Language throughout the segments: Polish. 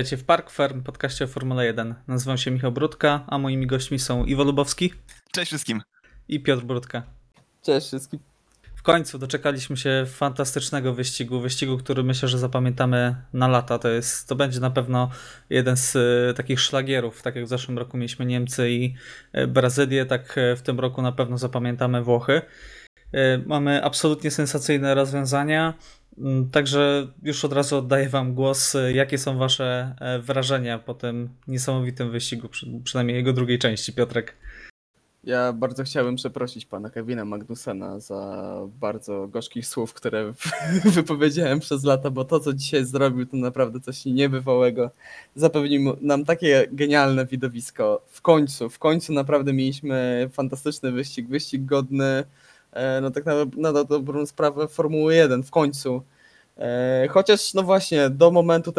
Witajcie w Park Firm, podcaście o Formule 1. Nazywam się Michał Brudka, a moimi gośćmi są Iwo Lubowski Cześć wszystkim. i Piotr Brudka. Cześć wszystkim. W końcu doczekaliśmy się fantastycznego wyścigu, który myślę, że zapamiętamy na lata. To będzie na pewno jeden z takich szlagierów. Tak jak w zeszłym roku mieliśmy Niemcy i Brazylię, tak w tym roku na pewno zapamiętamy Włochy. Mamy absolutnie sensacyjne rozwiązania, także już od razu oddaję wam głos. Jakie są wasze wrażenia po tym niesamowitym wyścigu, przynajmniej jego drugiej części, Piotrek? Ja bardzo chciałbym przeprosić pana Kevina Magnusena za bardzo gorzkich słów, które wypowiedziałem przez lata, bo to, co dzisiaj zrobił, to naprawdę coś niebywałego. Zapewnił nam takie genialne widowisko. W końcu naprawdę mieliśmy fantastyczny wyścig godny, no tak na dobrą sprawę Formuły 1, w końcu. Chociaż no właśnie do momentu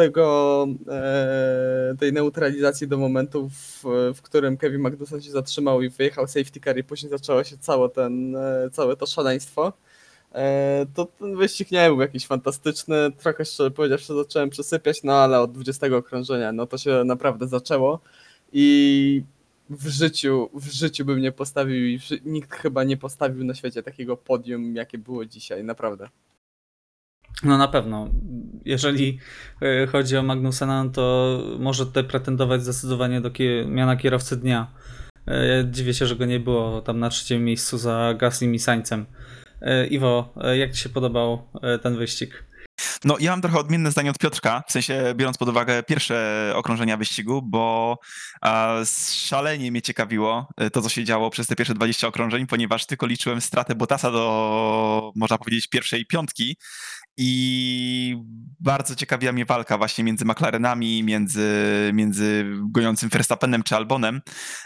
tej neutralizacji, do momentu w którym Kevin Magnussen się zatrzymał i wyjechał safety car i później zaczęło się całe to szaleństwo, to ten wyścig nie był jakiś fantastyczny, trochę szczerze powiedziawszy zacząłem przesypiać, no ale od 20 okrążenia no to się naprawdę zaczęło i w życiu bym nie postawił i nikt chyba nie postawił na świecie takiego podium, jakie było dzisiaj, naprawdę. No na pewno. Jeżeli chodzi o Magnusena, to może tutaj pretendować zdecydowanie do miana kierowcy dnia. Dziwię się, że go nie było tam na trzecim miejscu za Gaslym i Sainzem. Iwo, jak ci się podobał ten wyścig? No ja mam trochę odmienne zdanie od Piotrka, w sensie biorąc pod uwagę pierwsze okrążenia wyścigu, bo szalenie mnie ciekawiło to, co się działo przez te pierwsze 20 okrążeń, ponieważ tylko liczyłem stratę Bottasa do, można powiedzieć, pierwszej piątki i bardzo ciekawiła mnie walka właśnie między McLarenami, między goniącym Verstappenem czy Albonem,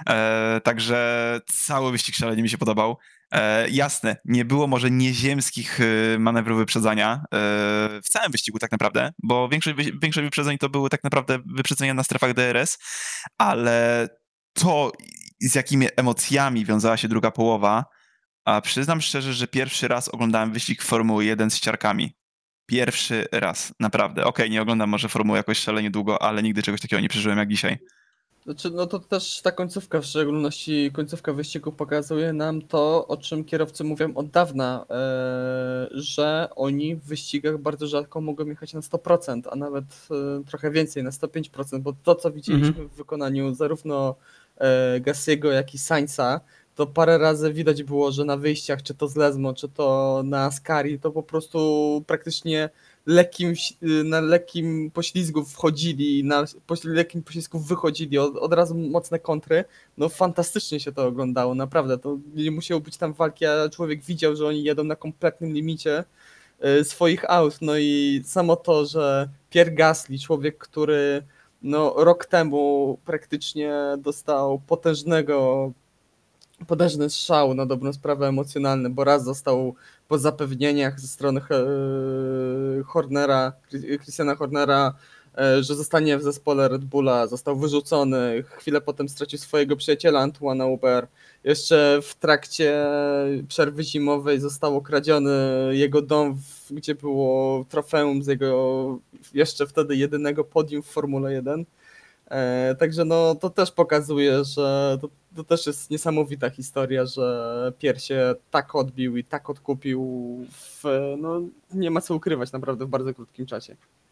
także cały wyścig szalenie mi się podobał. Jasne, nie było może nieziemskich manewrów wyprzedzania w całym wyścigu tak naprawdę, bo większość wyprzedzeń to były tak naprawdę wyprzedzenia na strefach DRS, ale to, z jakimi emocjami wiązała się druga połowa, a przyznam szczerze, że pierwszy raz oglądałem wyścig Formuły 1 z ciarkami. Pierwszy raz, naprawdę. Okej, nie oglądam może Formuły jakoś szalenie długo, ale nigdy czegoś takiego nie przeżyłem jak dzisiaj. Znaczy, no to też ta końcówka, w szczególności końcówka wyścigu pokazuje nam to, o czym kierowcy mówią od dawna, że oni w wyścigach bardzo rzadko mogą jechać na 100%, a nawet trochę więcej, na 105%, bo to, co widzieliśmy w wykonaniu zarówno Gassiego, jak i Sainza, to parę razy widać było, że na wyjściach, czy to z Lesmo, czy to na Ascari, to po prostu praktycznie na lekkim poślizgu wchodzili, na lekkim poślizgu wychodzili, od razu mocne kontry. No fantastycznie się to oglądało, naprawdę. To nie musiało być tam walki, a człowiek widział, że oni jedą na kompletnym limicie swoich aut. No i samo to, że Pierre Gasly, człowiek, który no rok temu praktycznie dostał potężny strzał, na dobrą sprawę emocjonalny, bo raz został po zapewnieniach ze strony Christiana Hornera, że zostanie w zespole Red Bulla, został wyrzucony, chwilę potem stracił swojego przyjaciela Antoine'a Hubert. Jeszcze w trakcie przerwy zimowej został okradziony jego dom, gdzie było trofeum z jego jeszcze wtedy jedynego podium w Formule 1. Także no to też pokazuje, że to też jest niesamowita historia, że Pierre się tak odbił i tak odkupił no nie ma co ukrywać naprawdę w bardzo krótkim czasie.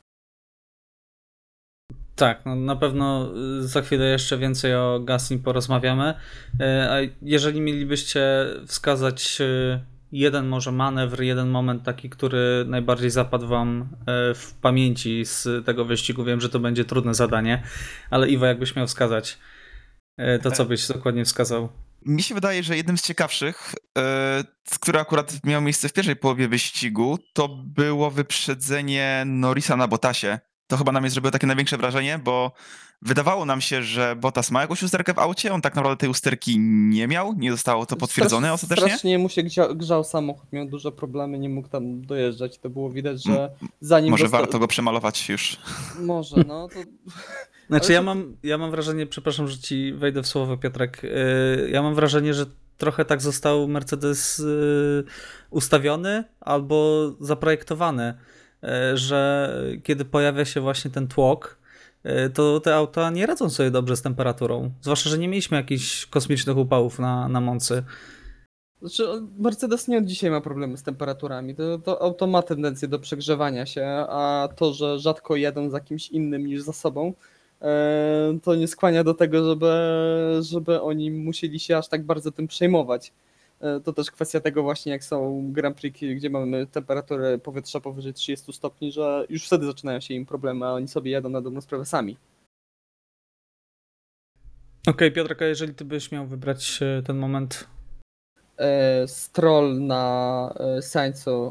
Tak, no na pewno za chwilę jeszcze więcej o Gaslym porozmawiamy. A jeżeli mielibyście wskazać jeden może manewr, jeden moment taki, który najbardziej zapadł wam w pamięci z tego wyścigu, wiem, że to będzie trudne zadanie, ale Iwo, jakbyś miał wskazać, to co byś dokładnie wskazał? Mi się wydaje, że jednym z ciekawszych, który akurat miał miejsce w pierwszej połowie wyścigu, to było wyprzedzenie Norrisa na Bottasie. To chyba na mnie zrobiło takie największe wrażenie, bo wydawało nam się, że Bottas ma jakąś usterkę w aucie, on tak naprawdę tej usterki nie miał, nie zostało to potwierdzone ostatecznie. Strasznie mu się grzał samochód, miał duże problemy, nie mógł tam dojeżdżać, to było widać, że zanim Może warto go przemalować już. Może, no to... Znaczy ja mam wrażenie, przepraszam, że ci wejdę w słowo, Piotrek, ja mam wrażenie, że trochę tak został Mercedes ustawiony albo zaprojektowany, że kiedy pojawia się właśnie ten tłok, to te auta nie radzą sobie dobrze z temperaturą. Zwłaszcza, że nie mieliśmy jakichś kosmicznych upałów na Moncy. Znaczy, Mercedes nie od dzisiaj ma problemy z temperaturami. To auto ma tendencję do przegrzewania się, a to, że rzadko jadą za kimś innym niż za sobą, to nie skłania do tego, żeby oni musieli się aż tak bardzo tym przejmować. To też kwestia tego właśnie, jak są Grand Prix, gdzie mamy temperaturę powietrza powyżej 30 stopni, że już wtedy zaczynają się im problemy, a oni sobie jadą na dobrą sprawę sami. Okej, Piotrek, a jeżeli ty byś miał wybrać ten moment. Stroll na Sainzu,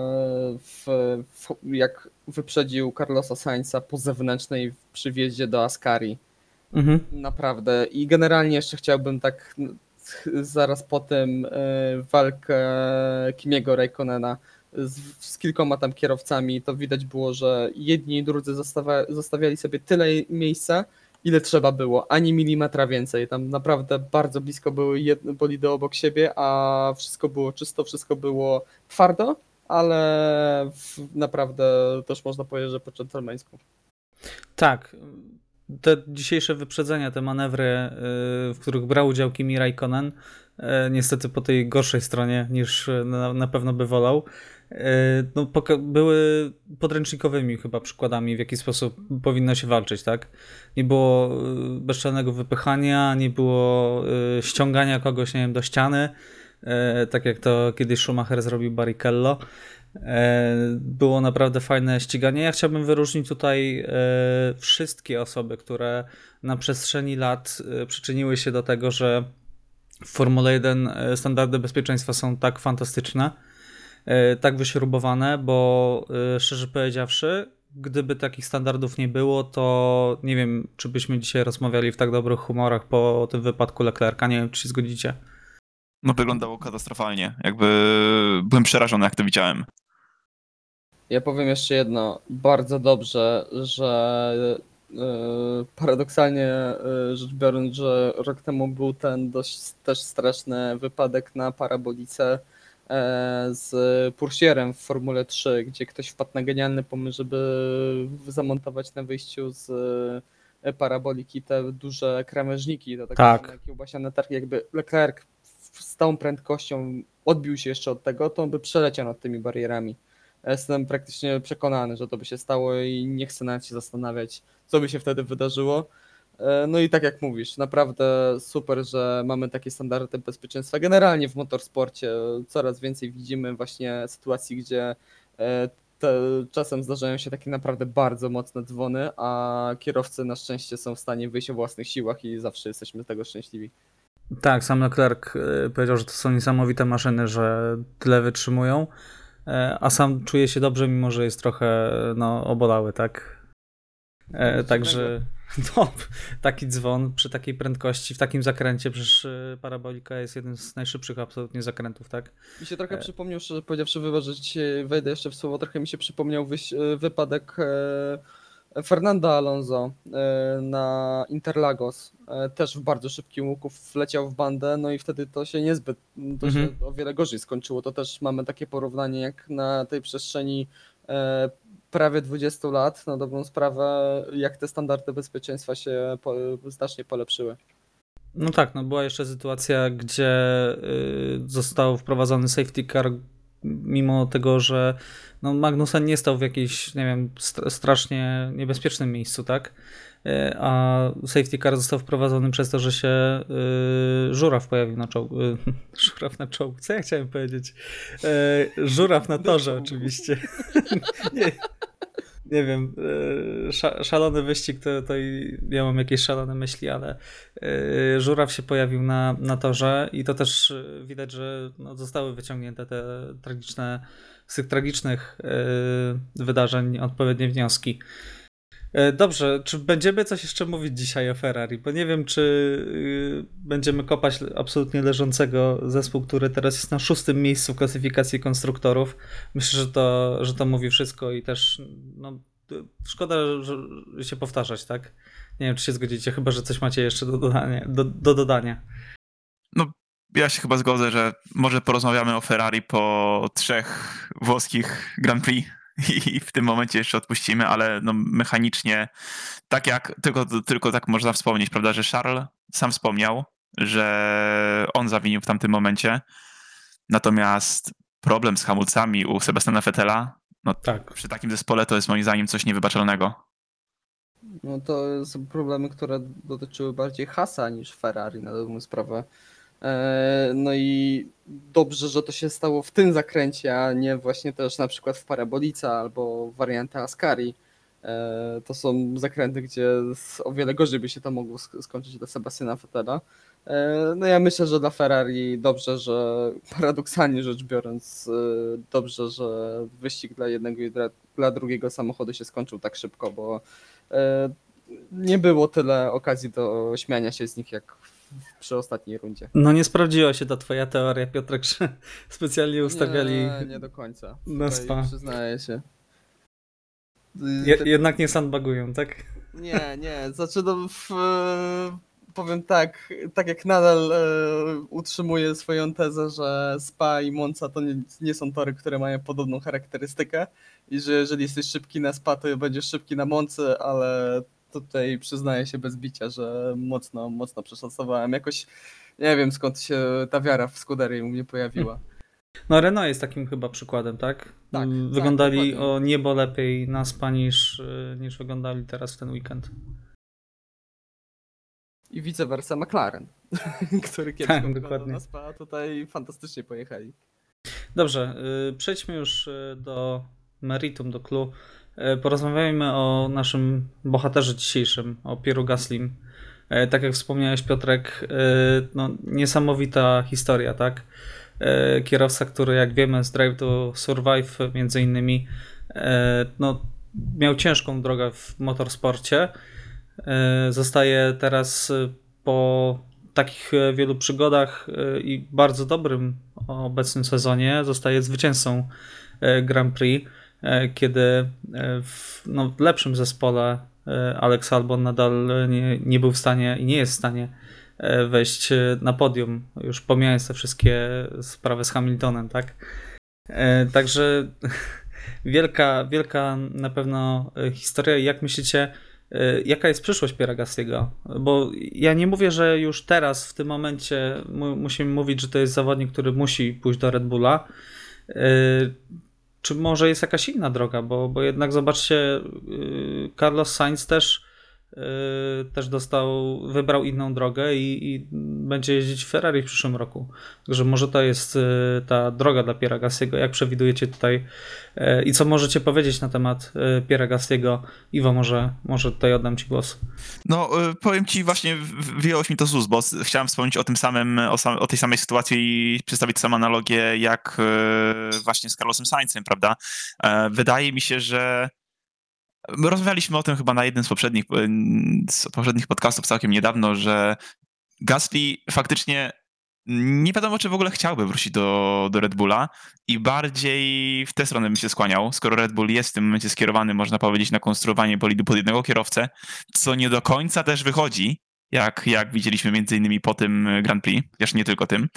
jak wyprzedził Carlosa Sainza po zewnętrznej przy wjeździe do Ascari. Mhm. Naprawdę. I generalnie jeszcze chciałbym tak zaraz po tym walkę Kimiego Räikkönena z kilkoma tam kierowcami. To widać było, że jedni i drudzy zostawiali sobie tyle miejsca, ile trzeba było, ani milimetra więcej. Tam naprawdę bardzo blisko były bolidy obok siebie, a wszystko było czysto, wszystko było twardo, ale naprawdę też można powiedzieć, że po dżentelmeńsku. Tak. Te dzisiejsze wyprzedzenia, te manewry, w których brał udział Kimi Räikkönen, niestety po tej gorszej stronie niż na pewno by wolał, no, były podręcznikowymi chyba przykładami, w jaki sposób powinno się walczyć, tak? Nie było bezczelnego wypychania, nie było ściągania kogoś, nie wiem, do ściany, tak jak to kiedyś Schumacher zrobił Barrichello. Było naprawdę fajne ściganie. Ja chciałbym wyróżnić tutaj wszystkie osoby, które na przestrzeni lat przyczyniły się do tego, że w Formule 1 standardy bezpieczeństwa są tak fantastyczne, tak wyśrubowane, bo szczerze powiedziawszy, gdyby takich standardów nie było, to nie wiem, czy byśmy dzisiaj rozmawiali w tak dobrych humorach po tym wypadku Leclerca. Nie wiem, czy się zgodzicie. No wyglądało katastrofalnie. Jakby byłem przerażony, jak to widziałem. Ja powiem jeszcze jedno. Bardzo dobrze, że paradoksalnie rzecz biorąc, że rok temu był ten dość też straszny wypadek na parabolice z Pursierem w Formule 3, gdzie ktoś wpadł na genialny pomysł, żeby zamontować na wyjściu z paraboliki te duże krawężniki, to Tak. kiełbasiane targi, jakby Leclerc z tą prędkością odbił się jeszcze od tego, to on by przeleciał nad tymi barierami. Jestem praktycznie przekonany, że to by się stało i nie chcę nawet się zastanawiać, co by się wtedy wydarzyło. No i tak jak mówisz, naprawdę super, że mamy takie standardy bezpieczeństwa. Generalnie w motorsporcie coraz więcej widzimy właśnie sytuacji, gdzie czasem zdarzają się takie naprawdę bardzo mocne dzwony, a kierowcy na szczęście są w stanie wyjść o własnych siłach i zawsze jesteśmy z tego szczęśliwi. Tak, sam Leclerc powiedział, że to są niesamowite maszyny, że tyle wytrzymują, a sam czuje się dobrze, mimo że jest trochę obolały, tak? Także no, taki dzwon przy takiej prędkości, w takim zakręcie, przecież parabolika jest jednym z najszybszych absolutnie zakrętów, tak? Mi się trochę przypomniał, szczerze powiedziawszy, wybacz, że ci wejdę jeszcze w słowo, trochę mi się przypomniał wypadek Fernanda Alonso na Interlagos. Też w bardzo szybkim łuku wleciał w bandę, no i wtedy to się niezbyt, to się o wiele gorzej skończyło. To też mamy takie porównanie, jak na tej przestrzeni prawie 20 lat, na dobrą sprawę, jak te standardy bezpieczeństwa się znacznie polepszyły. No tak, no była jeszcze sytuacja, gdzie został wprowadzony safety car, mimo tego, że Magnussen nie stał w jakimś, nie wiem, strasznie niebezpiecznym miejscu, tak? A safety car został wprowadzony przez to, że się żuraw pojawił na czołgu. Żuraw na czołgu, co ja chciałem powiedzieć? Żuraw na torze oczywiście. Nie wiem, szalony wyścig, to ja mam jakieś szalone myśli, ale żuraw się pojawił na torze i to też widać, że zostały wyciągnięte te tragiczne, z tych tragicznych wydarzeń odpowiednie wnioski. Dobrze, czy będziemy coś jeszcze mówić dzisiaj o Ferrari? Bo nie wiem, czy będziemy kopać absolutnie leżącego zespół, który teraz jest na 6. miejscu w klasyfikacji konstruktorów. Myślę, że to mówi wszystko i też szkoda, że się powtarzać, tak? Nie wiem, czy się zgodzicie, chyba że coś macie jeszcze do dodania. No, ja się chyba zgodzę, że może porozmawiamy o Ferrari po 3 włoskich Grand Prix, i w tym momencie jeszcze odpuścimy, ale no mechanicznie tak jak, tylko tak można wspomnieć, prawda, że Charles sam wspomniał, że on zawinił w tamtym momencie, natomiast problem z hamulcami u Sebastiana Vettela, no Tak. przy takim zespole to jest moim zdaniem coś niewybaczalnego. No to są problemy, które dotyczyły bardziej Haasa niż Ferrari na dobrą sprawę. No i dobrze, że to się stało w tym zakręcie, a nie właśnie też na przykład w Parabolica albo warianty Ascari. To są zakręty, gdzie o wiele gorzej by się to mogło skończyć dla Sebastiana Vettela. No ja myślę, że dla Ferrari dobrze, że paradoksalnie rzecz biorąc, dobrze, że wyścig dla jednego i dla drugiego samochodu się skończył tak szybko, bo nie było tyle okazji do śmiania się z nich jak przy ostatniej rundzie. No nie sprawdziła się ta twoja teoria, Piotrek, że specjalnie ustawiali Nie do końca. na Tutaj Spa. przyznaję się. Jednak nie sandbagują, tak? Nie, znaczy powiem tak jak nadal utrzymuję swoją tezę, że Spa i Monza to nie są tory, które mają podobną charakterystykę i że jeżeli jesteś szybki na Spa, to będziesz szybki na Moncy, ale tutaj przyznaję się bez bicia, że mocno przeszacowałem. Jakoś nie wiem skąd się ta wiara w Scuderię u mnie pojawiła. No Renault jest takim chyba przykładem, tak? Tak, Wyglądali dokładnie. o niebo lepiej na Spa niż wyglądali teraz w ten weekend. I vice versa McLaren, który Tak, kiepsko wyglądał dokładnie. na Spa, a tutaj fantastycznie pojechali. Dobrze, przejdźmy już do meritum, do clou. Porozmawiajmy o naszym bohaterze dzisiejszym, o Pierre'u Gaslim. Tak jak wspomniałeś, Piotrek, no, niesamowita historia, tak? Kierowca, który jak wiemy z Drive to Survive między innymi no, miał ciężką drogę w motorsporcie. Zostaje teraz po takich wielu przygodach i bardzo dobrym obecnym sezonie zostaje zwycięzcą Grand Prix, kiedy w lepszym zespole Alex Albon nadal nie był w stanie i nie jest w stanie wejść na podium, już pomijając te wszystkie sprawy z Hamiltonem, tak? Także wielka na pewno historia. Jak myślicie, jaka jest przyszłość Pierre'a Gasly'ego? Bo ja nie mówię, że już teraz w tym momencie musimy mówić, że to jest zawodnik, który musi pójść do Red Bulla. Czy może jest jakaś inna droga? Bo jednak zobaczcie, Carlos Sainz też wybrał inną drogę i będzie jeździć w Ferrari w przyszłym roku. Także może to jest ta droga dla Pierre'a Gasly'ego. Jak przewidujecie tutaj i co możecie powiedzieć na temat Pierre'a Gasly'ego? Iwo, może tutaj oddam ci głos. No, powiem ci właśnie, wyjąłeś mi to z ust, bo chciałem wspomnieć o tym samym, o tej samej sytuacji i przedstawić samą analogię jak właśnie z Carlosem Sainzem, prawda? Wydaje mi się, że rozmawialiśmy o tym chyba na jednym z poprzednich podcastów całkiem niedawno, że Gasly faktycznie nie wiadomo, czy w ogóle chciałby wrócić do Red Bulla i bardziej w tę stronę bym się skłaniał, skoro Red Bull jest w tym momencie skierowany, można powiedzieć, na konstruowanie bolidu pod jednego kierowcę, co nie do końca też wychodzi, jak widzieliśmy między innymi po tym Grand Prix, chociaż nie tylko tym.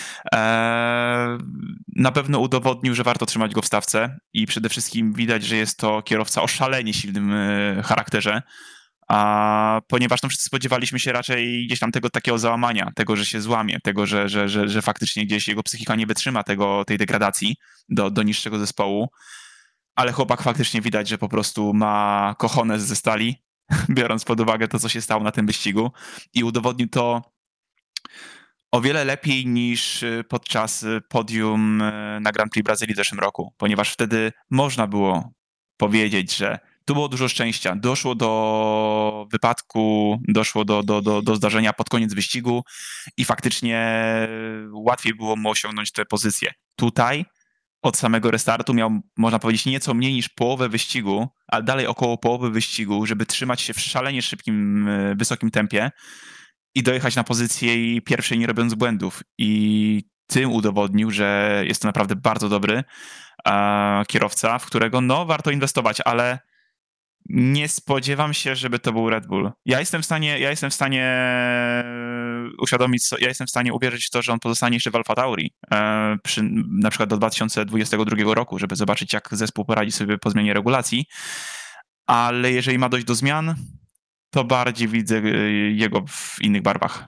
Na pewno udowodnił, że warto trzymać go w stawce i przede wszystkim widać, że jest to kierowca o szalenie silnym charakterze, a ponieważ no wszyscy spodziewaliśmy się raczej gdzieś tam tego takiego załamania, tego, że się złamie, tego, że faktycznie gdzieś jego psychika nie wytrzyma tej degradacji do niższego zespołu, ale chłopak faktycznie widać, że po prostu ma cojones ze stali, biorąc pod uwagę to, co się stało na tym wyścigu i udowodnił to o wiele lepiej niż podczas podium na Grand Prix Brazylii w zeszłym roku, ponieważ wtedy można było powiedzieć, że tu było dużo szczęścia. Doszło do wypadku, doszło do zdarzenia pod koniec wyścigu i faktycznie łatwiej było mu osiągnąć tę pozycję. Tutaj od samego restartu miał, można powiedzieć, nieco mniej niż połowę wyścigu, ale dalej około połowy wyścigu, żeby trzymać się w szalenie szybkim, wysokim tempie i dojechać na pozycję pierwszej, nie robiąc błędów. I tym udowodnił, że jest to naprawdę bardzo dobry kierowca, w którego no warto inwestować, ale nie spodziewam się, żeby to był Red Bull. Ja jestem w stanie uświadomić, ja jestem w stanie uwierzyć w to, że on pozostanie jeszcze w Alfa Tauri, na przykład do 2022 roku, żeby zobaczyć, jak zespół poradzi sobie po zmianie regulacji. Ale jeżeli ma dojść do zmian, to bardziej widzę jego w innych barwach.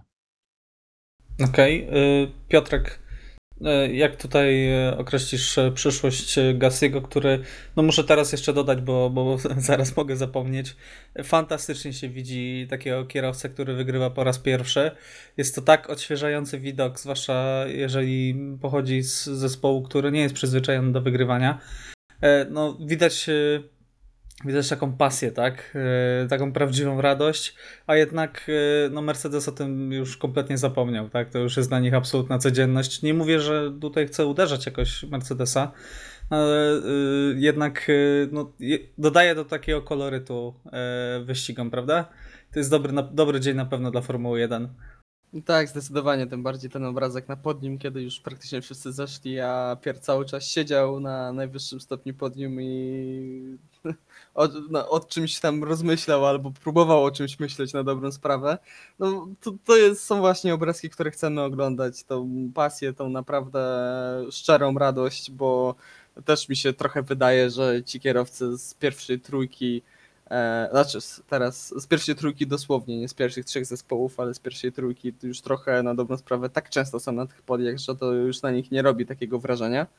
Okej. Piotrek, jak tutaj określisz przyszłość Gassiego, który, no muszę teraz jeszcze dodać, bo zaraz mogę zapomnieć, fantastycznie się widzi takiego kierowcę, który wygrywa po raz pierwszy. Jest to tak odświeżający widok, zwłaszcza jeżeli pochodzi z zespołu, który nie jest przyzwyczajony do wygrywania. No widać taką pasję, tak? Taką prawdziwą radość, a jednak no Mercedes o tym już kompletnie zapomniał, tak? To już jest dla nich absolutna codzienność. Nie mówię, że tutaj chcę uderzać jakoś Mercedesa, ale jednak no, dodaje do takiego kolorytu wyścigom, prawda? To jest dobry dzień na pewno dla Formuły 1. Tak, zdecydowanie, tym bardziej ten obrazek na podium, kiedy już praktycznie wszyscy zeszli, a Pierre cały czas siedział na najwyższym stopniu podium i o czymś tam rozmyślał albo próbował o czymś myśleć na dobrą sprawę. No są właśnie obrazki, które chcemy oglądać, tą pasję, tą naprawdę szczerą radość, bo też mi się trochę wydaje, że ci kierowcy z pierwszej trójki, teraz z pierwszej trójki dosłownie, nie z pierwszych trzech zespołów, ale z pierwszej trójki to już trochę na dobrą sprawę tak często są na tych podiach, że to już na nich nie robi takiego wrażenia.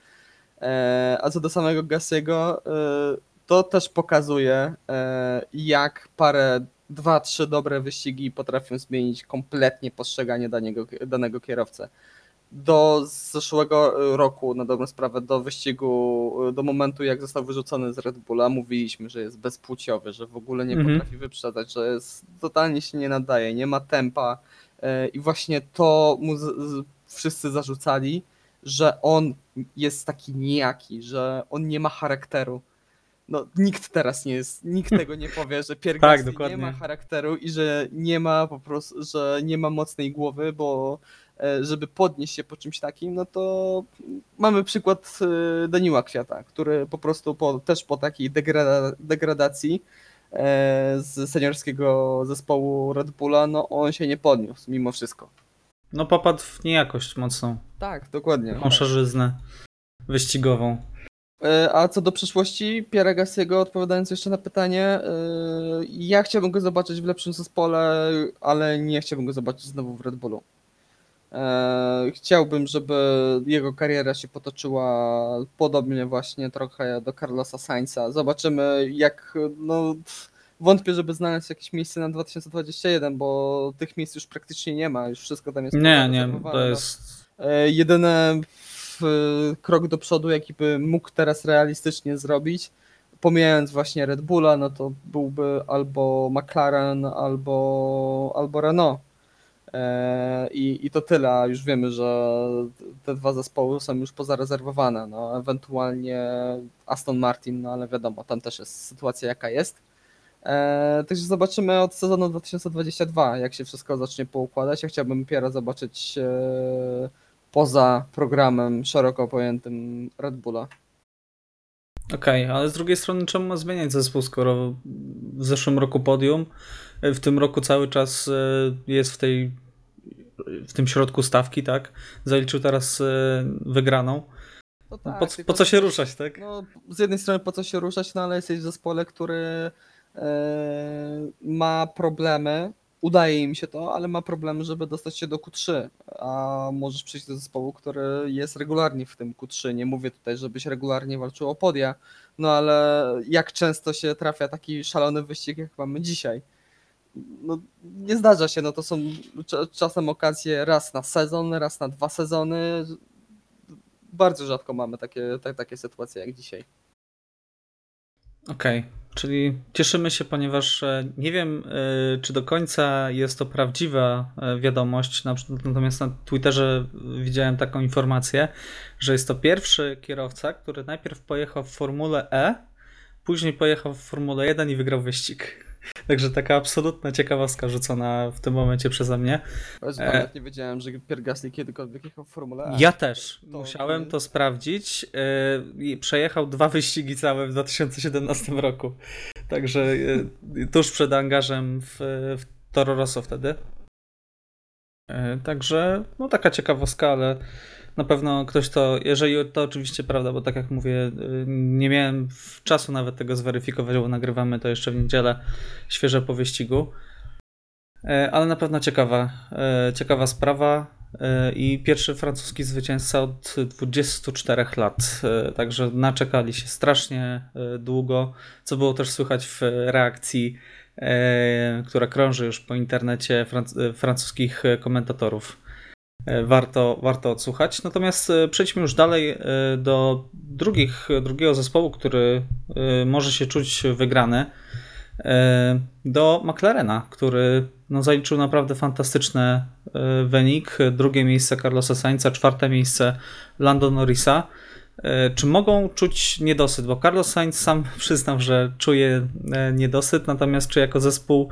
A co do samego Gassiego, to też pokazuje, jak dwa, trzy dobre wyścigi potrafią zmienić kompletnie postrzeganie danego kierowcę. Do zeszłego roku, na dobrą sprawę, do wyścigu, do momentu jak został wyrzucony z Red Bulla, mówiliśmy, że jest bezpłciowy, że w ogóle nie potrafi wyprzedzać, że totalnie się nie nadaje, nie ma tempa i właśnie to mu wszyscy zarzucali, że on jest taki nijaki, że on nie ma charakteru. No nikt teraz nikt tego nie powie, że Pierre Tak, Gasly dokładnie. nie ma charakteru i że nie ma po prostu, że nie ma mocnej głowy, bo żeby podnieść się po czymś takim, no to mamy przykład Daniela Kwiata, który po prostu też po takiej degradacji z seniorskiego zespołu Red Bulla, no on się nie podniósł mimo wszystko. No popadł w niejakość mocną, Tak, dokładnie. taką szarzyznę wyścigową. A co do przyszłości Pierre'a Gassiego, odpowiadając jeszcze na pytanie, ja chciałbym go zobaczyć w lepszym zespole, ale nie chciałbym go zobaczyć znowu w Red Bullu. Chciałbym, żeby jego kariera się potoczyła podobnie właśnie trochę do Carlosa Sainza. Zobaczymy wątpię, żeby znaleźć jakieś miejsce na 2021, bo tych miejsc już praktycznie nie ma, już wszystko tam jest Nie, to jest... Jedyny krok do przodu, jaki by mógł teraz realistycznie zrobić, pomijając właśnie Red Bulla, no to byłby albo McLaren, albo Renault. I to tyle, a już wiemy, że te dwa zespoły są już pozarezerwowane, no ewentualnie Aston Martin, no ale wiadomo, tam też jest sytuacja jaka jest. Także zobaczymy od sezonu 2022, jak się wszystko zacznie poukładać. Ja chciałbym Pierre'a zobaczyć poza programem szeroko pojętym Red Bulla. Okej, ale z drugiej strony czemu ma zmieniać zespół, skoro w zeszłym roku podium, w tym roku cały czas jest w tym środku stawki, tak? Zaliczył teraz wygraną. No tak, Po co się ruszać, tak? No, z jednej strony po co się ruszać, no ale jesteś w zespole, który ma problemy, udaje im się to, ale ma problemy, żeby dostać się do Q3, a możesz przyjść do zespołu, który jest regularnie w tym Q3. Nie mówię tutaj, żebyś regularnie walczył o podia, no ale jak często się trafia taki szalony wyścig, jak mamy dzisiaj? No, nie zdarza się, no to są czasem okazje raz na sezon, raz na 2 sezony. Bardzo rzadko mamy takie sytuacje jak dzisiaj. Okej, czyli cieszymy się, ponieważ nie wiem, czy do końca jest to prawdziwa wiadomość, natomiast na Twitterze widziałem taką informację, że jest to pierwszy kierowca, który najpierw pojechał w Formule E, później pojechał w Formule 1 i wygrał wyścig. Także taka absolutna ciekawostka rzucona w tym momencie przeze mnie. Nawet nie wiedziałem, że Pierre Gasly kiedykolwiek jechał w Formule E. Ja też. Musiałem to sprawdzić. Przejechał 2 wyścigi całe w 2017 roku. Także tuż przed angażem w Toro Rosso wtedy. Także no taka ciekawostka, ale na pewno ktoś to, jeżeli to oczywiście prawda, bo tak jak mówię, nie miałem czasu nawet tego zweryfikować, bo nagrywamy to jeszcze w niedzielę, świeże po wyścigu, ale na pewno ciekawa sprawa i pierwszy francuski zwycięzca od 24 lat, także naczekali się strasznie długo, co było też słychać w reakcji, która krąży już po internecie francuskich komentatorów. Warto odsłuchać. Natomiast przejdźmy już dalej do drugiego zespołu, który może się czuć wygrany. Do McLarena, który zaliczył naprawdę fantastyczny wynik. Drugie miejsce Carlosa Sainza, czwarte miejsce Lando Norrisa. Czy mogą czuć niedosyt? Bo Carlos Sainz sam przyznał, że czuje niedosyt, natomiast czy jako zespół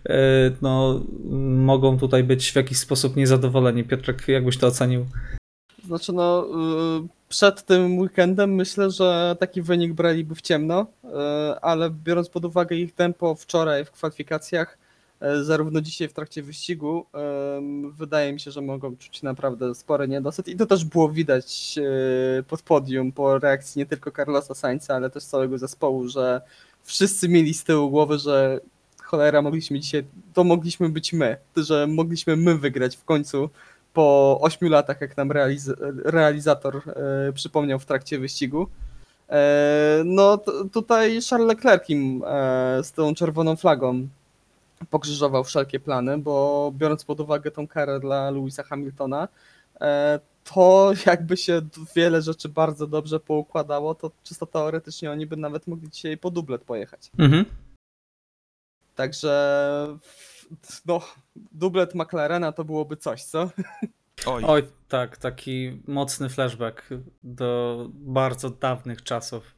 mogą tutaj być w jakiś sposób niezadowoleni? Piotrek, jak byś to ocenił? Znaczy przed tym weekendem myślę, że taki wynik braliby w ciemno, ale biorąc pod uwagę ich tempo wczoraj w kwalifikacjach, zarówno dzisiaj w trakcie wyścigu, wydaje mi się, że mogą czuć naprawdę spory niedosyt i to też było widać pod podium po reakcji nie tylko Carlosa Sainza, ale też całego zespołu, że wszyscy mieli z tyłu głowy, że cholera, mogliśmy być my, że mogliśmy my wygrać w końcu po 8 latach, jak nam realizator przypomniał w trakcie wyścigu. Tutaj Charles Leclerc im z tą czerwoną flagą pokrzyżował wszelkie plany, bo biorąc pod uwagę tą karę dla Lewisa Hamiltona, to jakby się wiele rzeczy bardzo dobrze poukładało, to czysto teoretycznie oni by nawet mogli dzisiaj po dublet pojechać. Mhm. Także dublet McLarena to byłoby coś, co? Oj, tak, taki mocny flashback do bardzo dawnych czasów.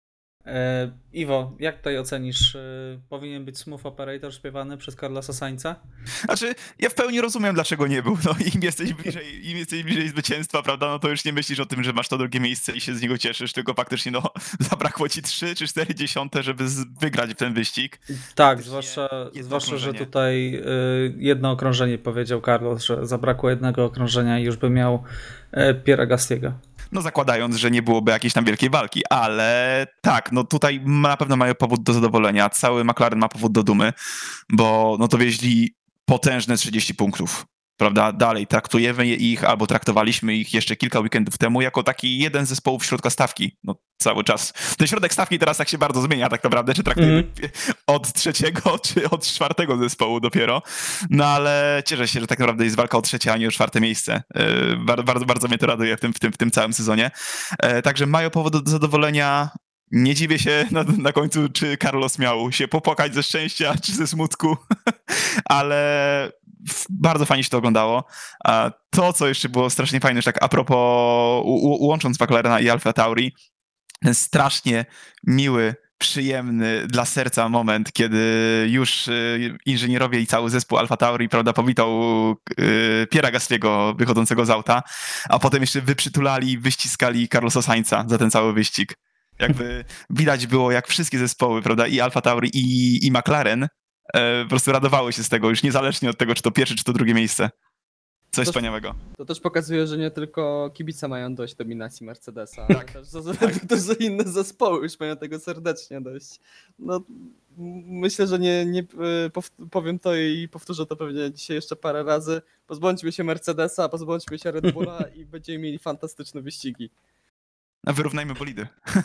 Iwo, jak tutaj ocenisz, powinien być Smooth Operator śpiewany przez Carlosa Sainza? Znaczy, ja w pełni rozumiem, dlaczego nie był. No, im jesteś bliżej zwycięstwa, prawda, no to już nie myślisz o tym, że masz to drugie miejsce i się z niego cieszysz, tylko faktycznie zabrakło ci 3 czy 4 dziesiąte, żeby wygrać w ten wyścig. Tak, Jedno zwłaszcza, że okrążenie. tutaj jedno okrążenie powiedział Carlos, że zabrakło jednego okrążenia i już by miał Pierre'a Gastiego. No zakładając, że nie byłoby jakiejś tam wielkiej walki, ale tak, no tutaj na pewno mają powód do zadowolenia. Cały McLaren ma powód do dumy, bo no to wieźli potężne 30 punktów. Prawda? Dalej traktujemy ich, albo traktowaliśmy ich jeszcze kilka weekendów temu jako taki jeden z zespołów środka stawki. No cały czas. Ten środek stawki teraz tak się bardzo zmienia tak naprawdę, czy traktujemy od trzeciego, czy od czwartego zespołu dopiero. No ale cieszę się, że tak naprawdę jest walka o trzecie, a nie o czwarte miejsce. Bardzo, bardzo mnie to raduje w tym całym sezonie. Także mają powód do zadowolenia. Nie dziwię się na końcu, czy Carlos miał się popłakać ze szczęścia, czy ze smutku, ale bardzo fajnie się to oglądało. To, co jeszcze było strasznie fajne, że tak a propos, łącząc McLarena i Alfa Tauri, ten strasznie miły, przyjemny dla serca moment, kiedy już inżynierowie i cały zespół Alfa Tauri, prawda, powitał Pierre'a Gastiego wychodzącego z auta, a potem jeszcze wyprzytulali, wyściskali Carlosa Sainza za ten cały wyścig. Jakby widać było, jak wszystkie zespoły, prawda, i Alfa Tauri i McLaren po prostu radowały się z tego, już niezależnie od tego, czy to pierwsze, czy to drugie miejsce. Coś wspaniałego. To też pokazuje, że nie tylko kibice mają dość dominacji Mercedesa, Tak. ale też, że inne zespoły już mają tego serdecznie dość. No, myślę, że nie powiem to i powtórzę to pewnie dzisiaj jeszcze parę razy. Pozbądźmy się Mercedesa, pozbądźmy się Red Bulla i będziemy mieli fantastyczne wyścigi. A wyrównajmy bolidy.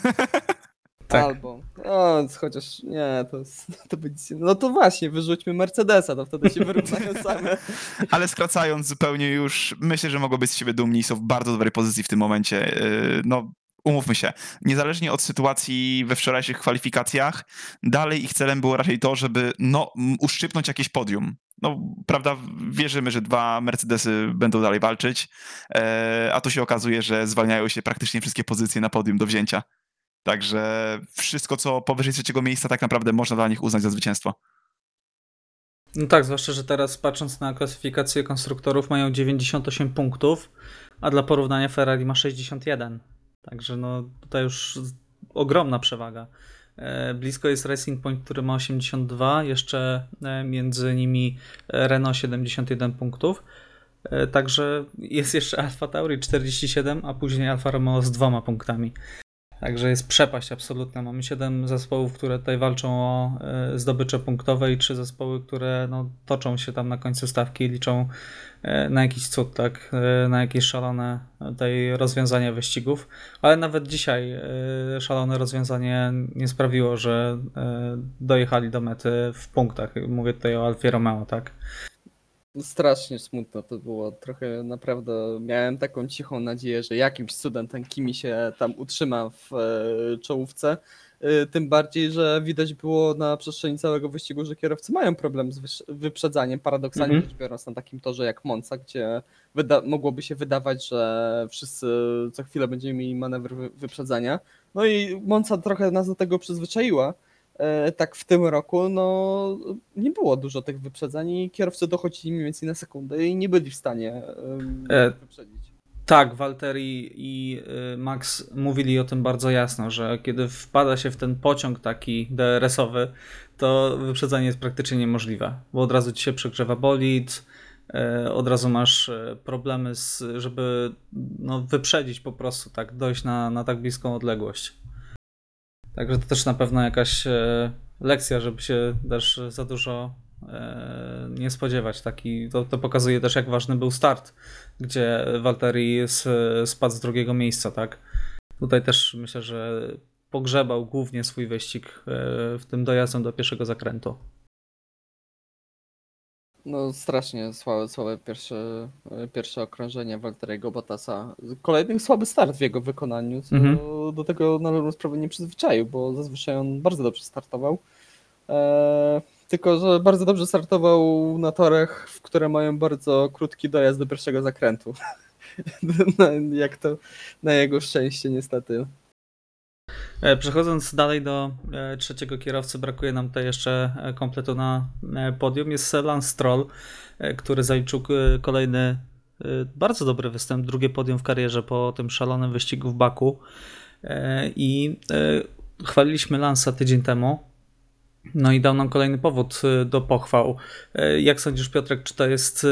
Tak. Albo, chociaż nie, to będzie, no to właśnie, wyrzućmy Mercedesa, to wtedy się wyrównają same. Ale skracając zupełnie już, myślę, że mogą być z siebie dumni, są w bardzo dobrej pozycji w tym momencie. No, umówmy się, niezależnie od sytuacji we wczorajszych kwalifikacjach, dalej ich celem było raczej to, żeby uszczypnąć jakieś podium. No, prawda, wierzymy, że 2 Mercedesy będą dalej walczyć, a tu się okazuje, że zwalniają się praktycznie wszystkie pozycje na podium do wzięcia. Także wszystko, co powyżej 3. miejsca, tak naprawdę można dla nich uznać za zwycięstwo. No tak, zwłaszcza, że teraz patrząc na klasyfikację konstruktorów mają 98 punktów, a dla porównania Ferrari ma 61. Także no tutaj już ogromna przewaga. Blisko jest Racing Point, który ma 82, jeszcze między nimi Renault 71 punktów. Także jest jeszcze Alfa Tauri 47, a później Alfa Romeo z 2 punktami. Także jest przepaść absolutna. Mamy 7 zespołów, które tutaj walczą o zdobycze punktowe i 3 zespoły, które no, toczą się tam na końcu stawki i liczą na jakiś cud, tak? Na jakieś szalone tutaj rozwiązania wyścigów. Ale nawet dzisiaj szalone rozwiązanie nie sprawiło, że dojechali do mety w punktach. Mówię tutaj o Alfie Romeo, tak? Strasznie smutno to było. Trochę naprawdę miałem taką cichą nadzieję, że jakimś cudem ten Kimi się tam utrzyma w czołówce. Tym bardziej, że widać było na przestrzeni całego wyścigu, że kierowcy mają problem z wyprzedzaniem. Paradoksalnie rzecz biorąc, na takim torze jak Monza, gdzie mogłoby się wydawać, że wszyscy co chwilę będziemy mieli manewr wyprzedzania. No i Monza trochę nas do tego przyzwyczaiła. Tak w tym roku no, nie było dużo tych wyprzedzań i kierowcy dochodzili mniej więcej na sekundę i nie byli w stanie wyprzedzić. Tak, Valtteri i Max mówili o tym bardzo jasno, że kiedy wpada się w ten pociąg taki DRS-owy, to wyprzedzanie jest praktycznie niemożliwe, bo od razu ci się przegrzewa bolid, od razu masz problemy, żeby no, wyprzedzić po prostu, tak, dojść na tak bliską odległość. Także to też na pewno jakaś lekcja, żeby się też za dużo nie spodziewać. To pokazuje też, jak ważny był start, gdzie Valtteri spadł z drugiego miejsca, tak? Tutaj też myślę, że pogrzebał głównie swój wyścig w tym dojazdem do pierwszego zakrętu. No strasznie słabe pierwsze okrążenie Valtteriego Bottasa. Kolejny słaby start w jego wykonaniu, co do tego na dobrą sprawę nie przyzwyczaił, bo zazwyczaj on bardzo dobrze startował. Tylko że bardzo dobrze startował na torach, które mają bardzo krótki dojazd do pierwszego zakrętu. Jak to na jego szczęście niestety. Przechodząc dalej do trzeciego kierowcy, brakuje nam tutaj jeszcze kompletu na podium. Jest Lance Stroll, który zaliczył kolejny bardzo dobry występ, drugie podium w karierze po tym szalonym wyścigu w Baku. I chwaliliśmy Lance'a tydzień temu. No i dał nam kolejny powód do pochwał. Jak sądzisz, Piotrek, czy to jest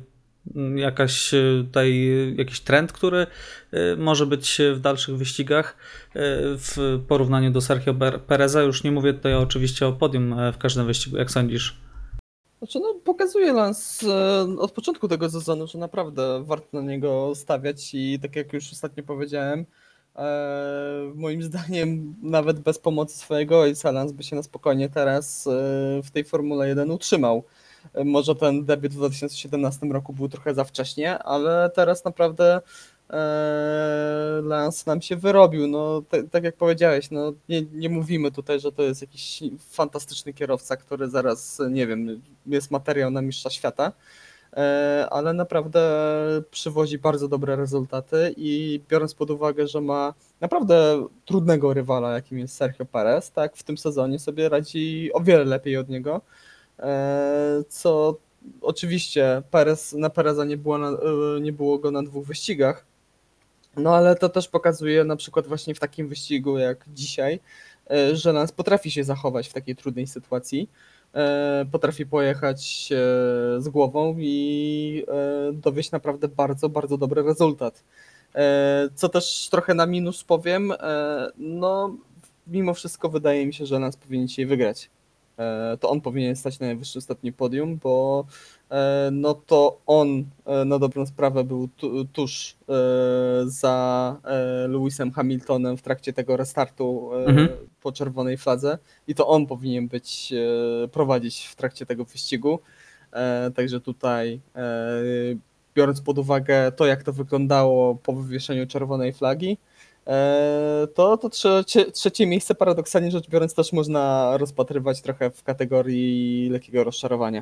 jakiś trend, który może być w dalszych wyścigach w porównaniu do Sergio Pereza? Już nie mówię tutaj oczywiście o podium w każdym wyścigu. Jak sądzisz? Znaczy, no, pokazuje Lance od początku tego sezonu, że naprawdę warto na niego stawiać i tak jak już ostatnio powiedziałem, moim zdaniem nawet bez pomocy swojego ojca Lance by się na spokojnie teraz w tej Formule 1 utrzymał. Może ten debiut w 2017 roku był trochę za wcześnie, ale teraz naprawdę Lance nam się wyrobił. No, tak jak powiedziałeś, no, nie mówimy tutaj, że to jest jakiś fantastyczny kierowca, który zaraz, nie wiem, jest materiał na mistrza świata, ale naprawdę przywozi bardzo dobre rezultaty i biorąc pod uwagę, że ma naprawdę trudnego rywala, jakim jest Sergio Perez, tak, w tym sezonie sobie radzi o wiele lepiej od niego, co oczywiście na Pereza nie było go na 2 wyścigach, no ale to też pokazuje na przykład właśnie w takim wyścigu jak dzisiaj, że Lance potrafi się zachować w takiej trudnej sytuacji, potrafi pojechać z głową i dowieść naprawdę bardzo, bardzo dobry rezultat. Co też trochę na minus powiem, no mimo wszystko wydaje mi się, że Lance powinien dzisiaj wygrać. To on powinien stać na najwyższym stopniu podium, bo no to on na dobrą sprawę był tuż za Lewisem Hamiltonem w trakcie tego restartu po czerwonej fladze i to on powinien prowadzić w trakcie tego wyścigu. Także tutaj biorąc pod uwagę to, jak to wyglądało po wywieszeniu czerwonej flagi, to trzecie miejsce paradoksalnie rzecz biorąc też można rozpatrywać trochę w kategorii lekkiego rozczarowania.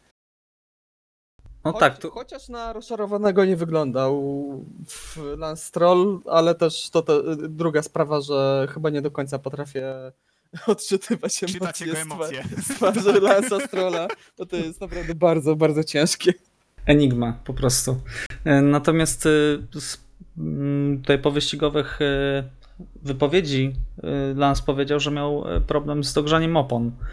No Chociaż na rozczarowanego nie wyglądał Lance Stroll, ale też to druga sprawa, że chyba nie do końca potrafię odczytywać emocje z twarzy Lance'a Strolla, bo to jest naprawdę bardzo, bardzo ciężkie. Enigma po prostu. Natomiast tutaj po wyścigowych wypowiedzi Lance powiedział, że miał problem z dogrzaniem opon.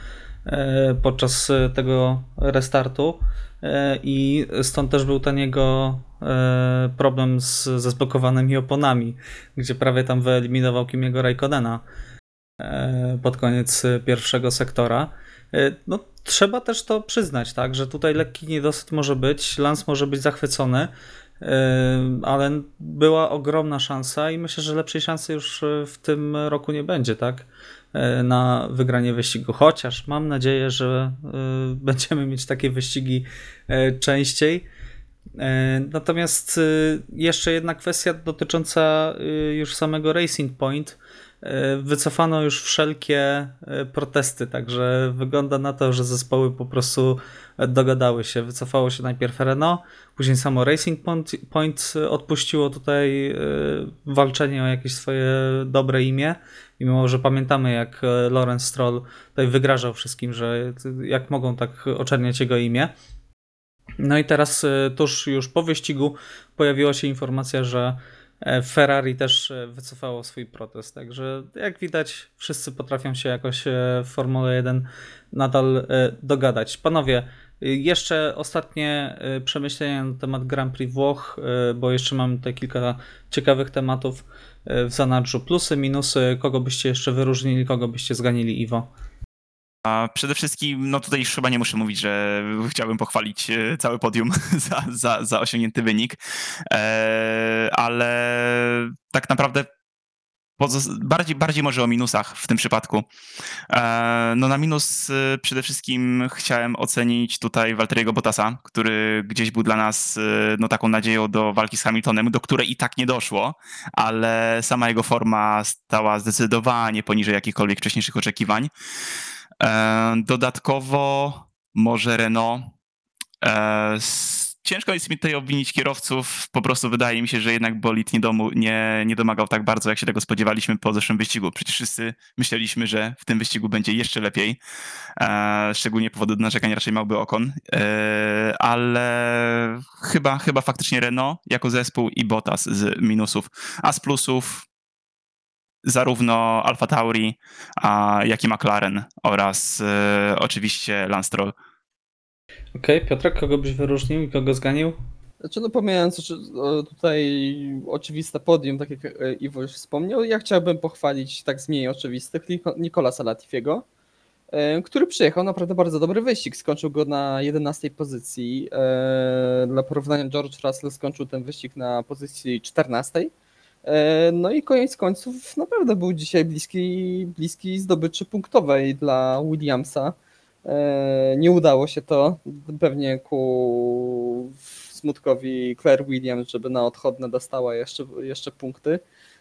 podczas tego restartu i stąd też był ten jego problem ze zblokowanymi oponami, gdzie prawie tam wyeliminował Kimiego Raikkonena pod koniec pierwszego sektora. No, trzeba też to przyznać, tak, że tutaj lekki niedosyt może być, Lance może być zachwycony, ale była ogromna szansa i myślę, że lepszej szansy już w tym roku nie będzie, tak, na wygranie wyścigu, chociaż mam nadzieję, że będziemy mieć takie wyścigi częściej. Natomiast jeszcze jedna kwestia dotycząca już samego Racing Point. Wycofano już wszelkie protesty, także wygląda na to, że zespoły po prostu dogadały się. Wycofało się najpierw Renault, później samo Racing Point odpuściło tutaj walczenie o jakieś swoje dobre imię. I mimo, że pamiętamy, jak Lawrence Stroll tutaj wygrażał wszystkim, że jak mogą tak oczerniać jego imię. No i teraz tuż już po wyścigu pojawiła się informacja, że Ferrari też wycofało swój protest, także jak widać wszyscy potrafią się jakoś w Formule 1 nadal dogadać. Panowie, jeszcze ostatnie przemyślenia na temat Grand Prix Włoch, bo jeszcze mam tutaj kilka ciekawych tematów w zanadrzu. Plusy, minusy, kogo byście jeszcze wyróżnili, kogo byście zganili, Iwo? A przede wszystkim, no tutaj już chyba nie muszę mówić, że chciałbym pochwalić całe podium za osiągnięty wynik, ale tak naprawdę bardziej może o minusach w tym przypadku. No na minus przede wszystkim chciałem ocenić tutaj Valtteriego Bottasa, który gdzieś był dla nas no taką nadzieją do walki z Hamiltonem, do której i tak nie doszło, ale sama jego forma stała zdecydowanie poniżej jakichkolwiek wcześniejszych oczekiwań. Dodatkowo może Renault. Ciężko jest mi tutaj obwinić kierowców, po prostu wydaje mi się, że jednak bolid nie domagał tak bardzo, jak się tego spodziewaliśmy po zeszłym wyścigu. Przecież wszyscy myśleliśmy, że w tym wyścigu będzie jeszcze lepiej, szczególnie powodu do narzekań raczej miałby Ocon, ale chyba faktycznie Renault jako zespół i Bottas z minusów, a z plusów zarówno AlphaTauri, jak i McLaren oraz oczywiście Lance Stroll. Okej, Piotrek, kogo byś wyróżnił i kogo zganił? Znaczy, no pomijając tutaj oczywiste podium, tak jak Iwo już wspomniał, ja chciałbym pochwalić tak z mniej oczywistych Nicolasa Latifiego, który przyjechał naprawdę bardzo dobry wyścig. Skończył go na 11 pozycji. Dla porównania George Russell skończył ten wyścig na pozycji 14. No i koniec końców naprawdę był dzisiaj bliski zdobyczy punktowej dla Williamsa. Nie udało się to, pewnie ku smutkowi Claire Williams, żeby na odchodne dostała jeszcze punkty,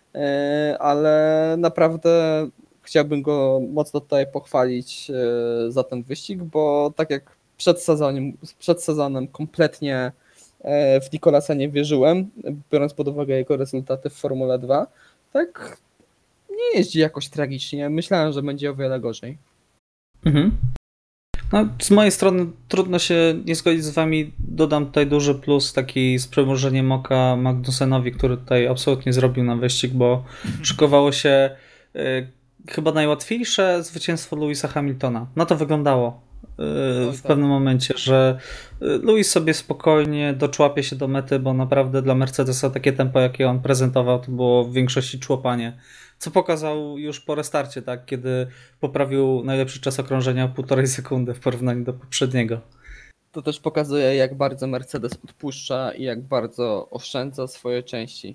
ale naprawdę chciałbym go mocno tutaj pochwalić za ten wyścig, bo tak jak przed sezonem kompletnie w Nicolasa nie wierzyłem, biorąc pod uwagę jego rezultaty w Formule 2, tak nie jeździ jakoś tragicznie. Myślałem, że będzie o wiele gorzej. Mhm. No, z mojej strony trudno się nie zgodzić z wami. Dodam tutaj duży plus taki z przymrużeniem oka Magnusenowi, który tutaj absolutnie zrobił na wyścig, bo szykowało się chyba najłatwiejsze zwycięstwo Lewisa Hamiltona. Na to wyglądało w pewnym momencie, że Lewis sobie spokojnie doczłapie się do mety, bo naprawdę dla Mercedesa takie tempo, jakie on prezentował, to było w większości człapanie. Co pokazał już po restarcie, tak, kiedy poprawił najlepszy czas okrążenia o 1,5 sekundy w porównaniu do poprzedniego. To też pokazuje, jak bardzo Mercedes odpuszcza i jak bardzo oszczędza swoje części.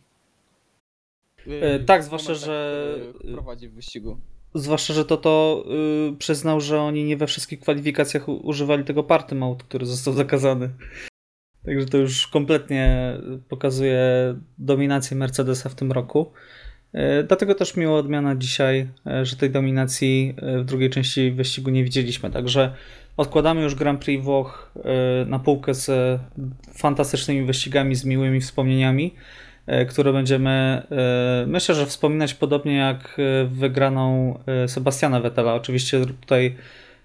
Tak, zwłaszcza, że prowadzi w wyścigu. Zwłaszcza, że to przyznał, że oni nie we wszystkich kwalifikacjach używali tego party mode, który został zakazany. Także to już kompletnie pokazuje dominację Mercedesa w tym roku. Dlatego też miła odmiana dzisiaj, że tej dominacji w drugiej części wyścigu nie widzieliśmy. Także odkładamy już Grand Prix Włoch na półkę z fantastycznymi wyścigami, z miłymi wspomnieniami, które będziemy, myślę, że wspominać podobnie jak wygraną Sebastiana Vettela. Oczywiście tutaj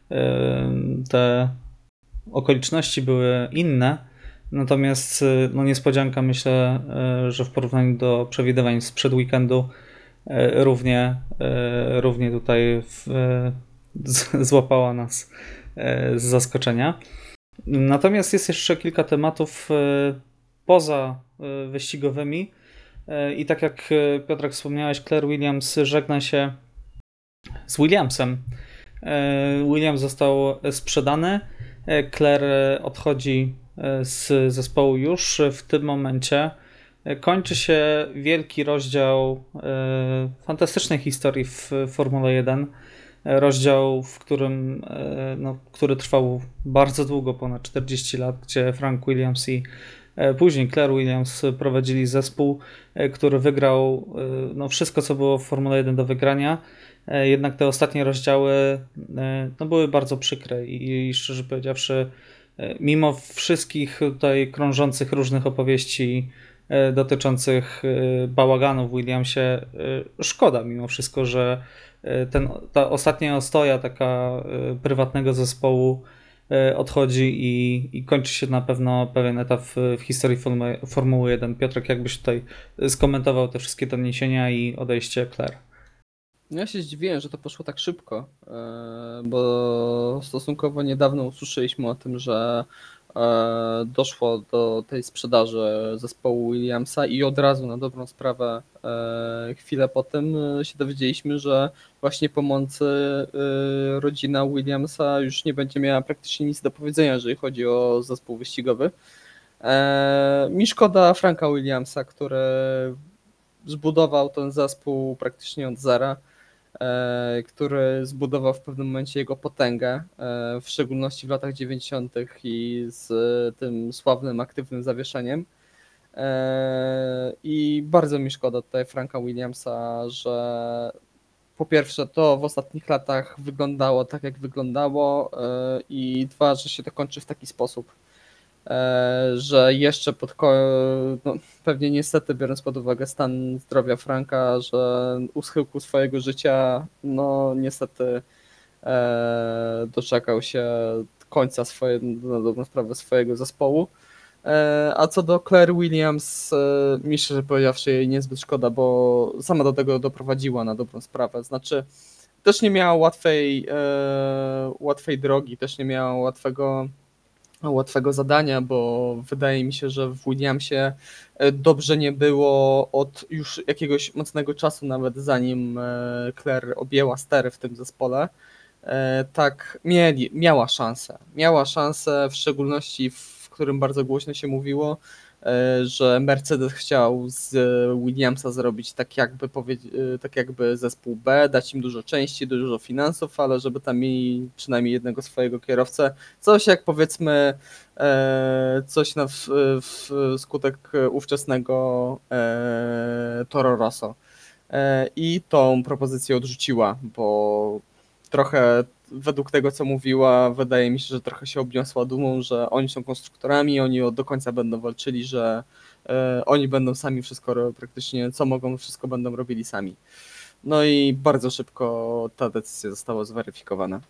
te okoliczności były inne, natomiast no niespodzianka, myślę, że w porównaniu do przewidywań sprzed weekendu równie tutaj złapała nas z zaskoczenia. Natomiast jest jeszcze kilka tematów poza wyścigowymi i tak jak Piotrek wspomniałeś, Claire Williams żegna się z Williamsem. Williams został sprzedany, Claire odchodzi z zespołu już w tym momencie. Kończy się wielki rozdział fantastycznej historii w Formule 1. Rozdział, w którym, który trwał bardzo długo, ponad 40 lat, gdzie Frank Williams i później Claire Williams prowadzili zespół, który wygrał wszystko, co było w Formule 1 do wygrania. Jednak te ostatnie rozdziały były bardzo przykre i szczerze powiedziawszy, mimo wszystkich tutaj krążących różnych opowieści dotyczących bałaganu w Williamsie, szkoda mimo wszystko, że ta ostatnia ostoja taka prywatnego zespołu odchodzi i kończy się na pewno pewien etap w historii Formuły 1. Piotrek, jakbyś tutaj skomentował te wszystkie doniesienia i odejście Claire? Ja się zdziwiłem, że to poszło tak szybko, bo stosunkowo niedawno usłyszeliśmy o tym, że doszło do tej sprzedaży zespołu Williamsa i od razu na dobrą sprawę chwilę potem się dowiedzieliśmy, że właśnie pomocy rodzina Williamsa już nie będzie miała praktycznie nic do powiedzenia, jeżeli chodzi o zespół wyścigowy. Mi szkoda Franka Williamsa, który zbudował ten zespół praktycznie od zera, który zbudował w pewnym momencie jego potęgę, w szczególności w latach 90. i z tym sławnym aktywnym zawieszeniem. I bardzo mi szkoda tutaj Franka Williamsa, że po pierwsze to w ostatnich latach wyglądało tak, jak wyglądało, i dwa, że się to kończy w taki sposób, że jeszcze pewnie niestety, biorąc pod uwagę stan zdrowia Franka, że u schyłku swojego życia, no niestety doczekał się końca na dobrą sprawę swojego zespołu. A co do Claire Williams, mi szczerze powiedziawszy jej niezbyt szkoda, bo sama do tego doprowadziła na dobrą sprawę. Znaczy też nie miała łatwej drogi, też nie miała łatwego zadania, bo wydaje mi się, że w Williamsie dobrze nie było od już jakiegoś mocnego czasu, nawet zanim Claire objęła stery w tym zespole. Tak, miała szansę, w szczególności w którym bardzo głośno się mówiło, że Mercedes chciał z Williamsa zrobić tak jakby zespół B, dać im dużo części, dużo finansów, ale żeby tam mieli przynajmniej jednego swojego kierowcę. Coś jak powiedzmy coś na skutek ówczesnego Toro Rosso. I tą propozycję odrzuciła, bo trochę według tego, co mówiła, wydaje mi się, że trochę się obniosła dumą, że oni są konstruktorami, oni do końca będą walczyli, że oni będą sami wszystko, praktycznie co mogą, wszystko będą robili sami. No i bardzo szybko ta decyzja została zweryfikowana.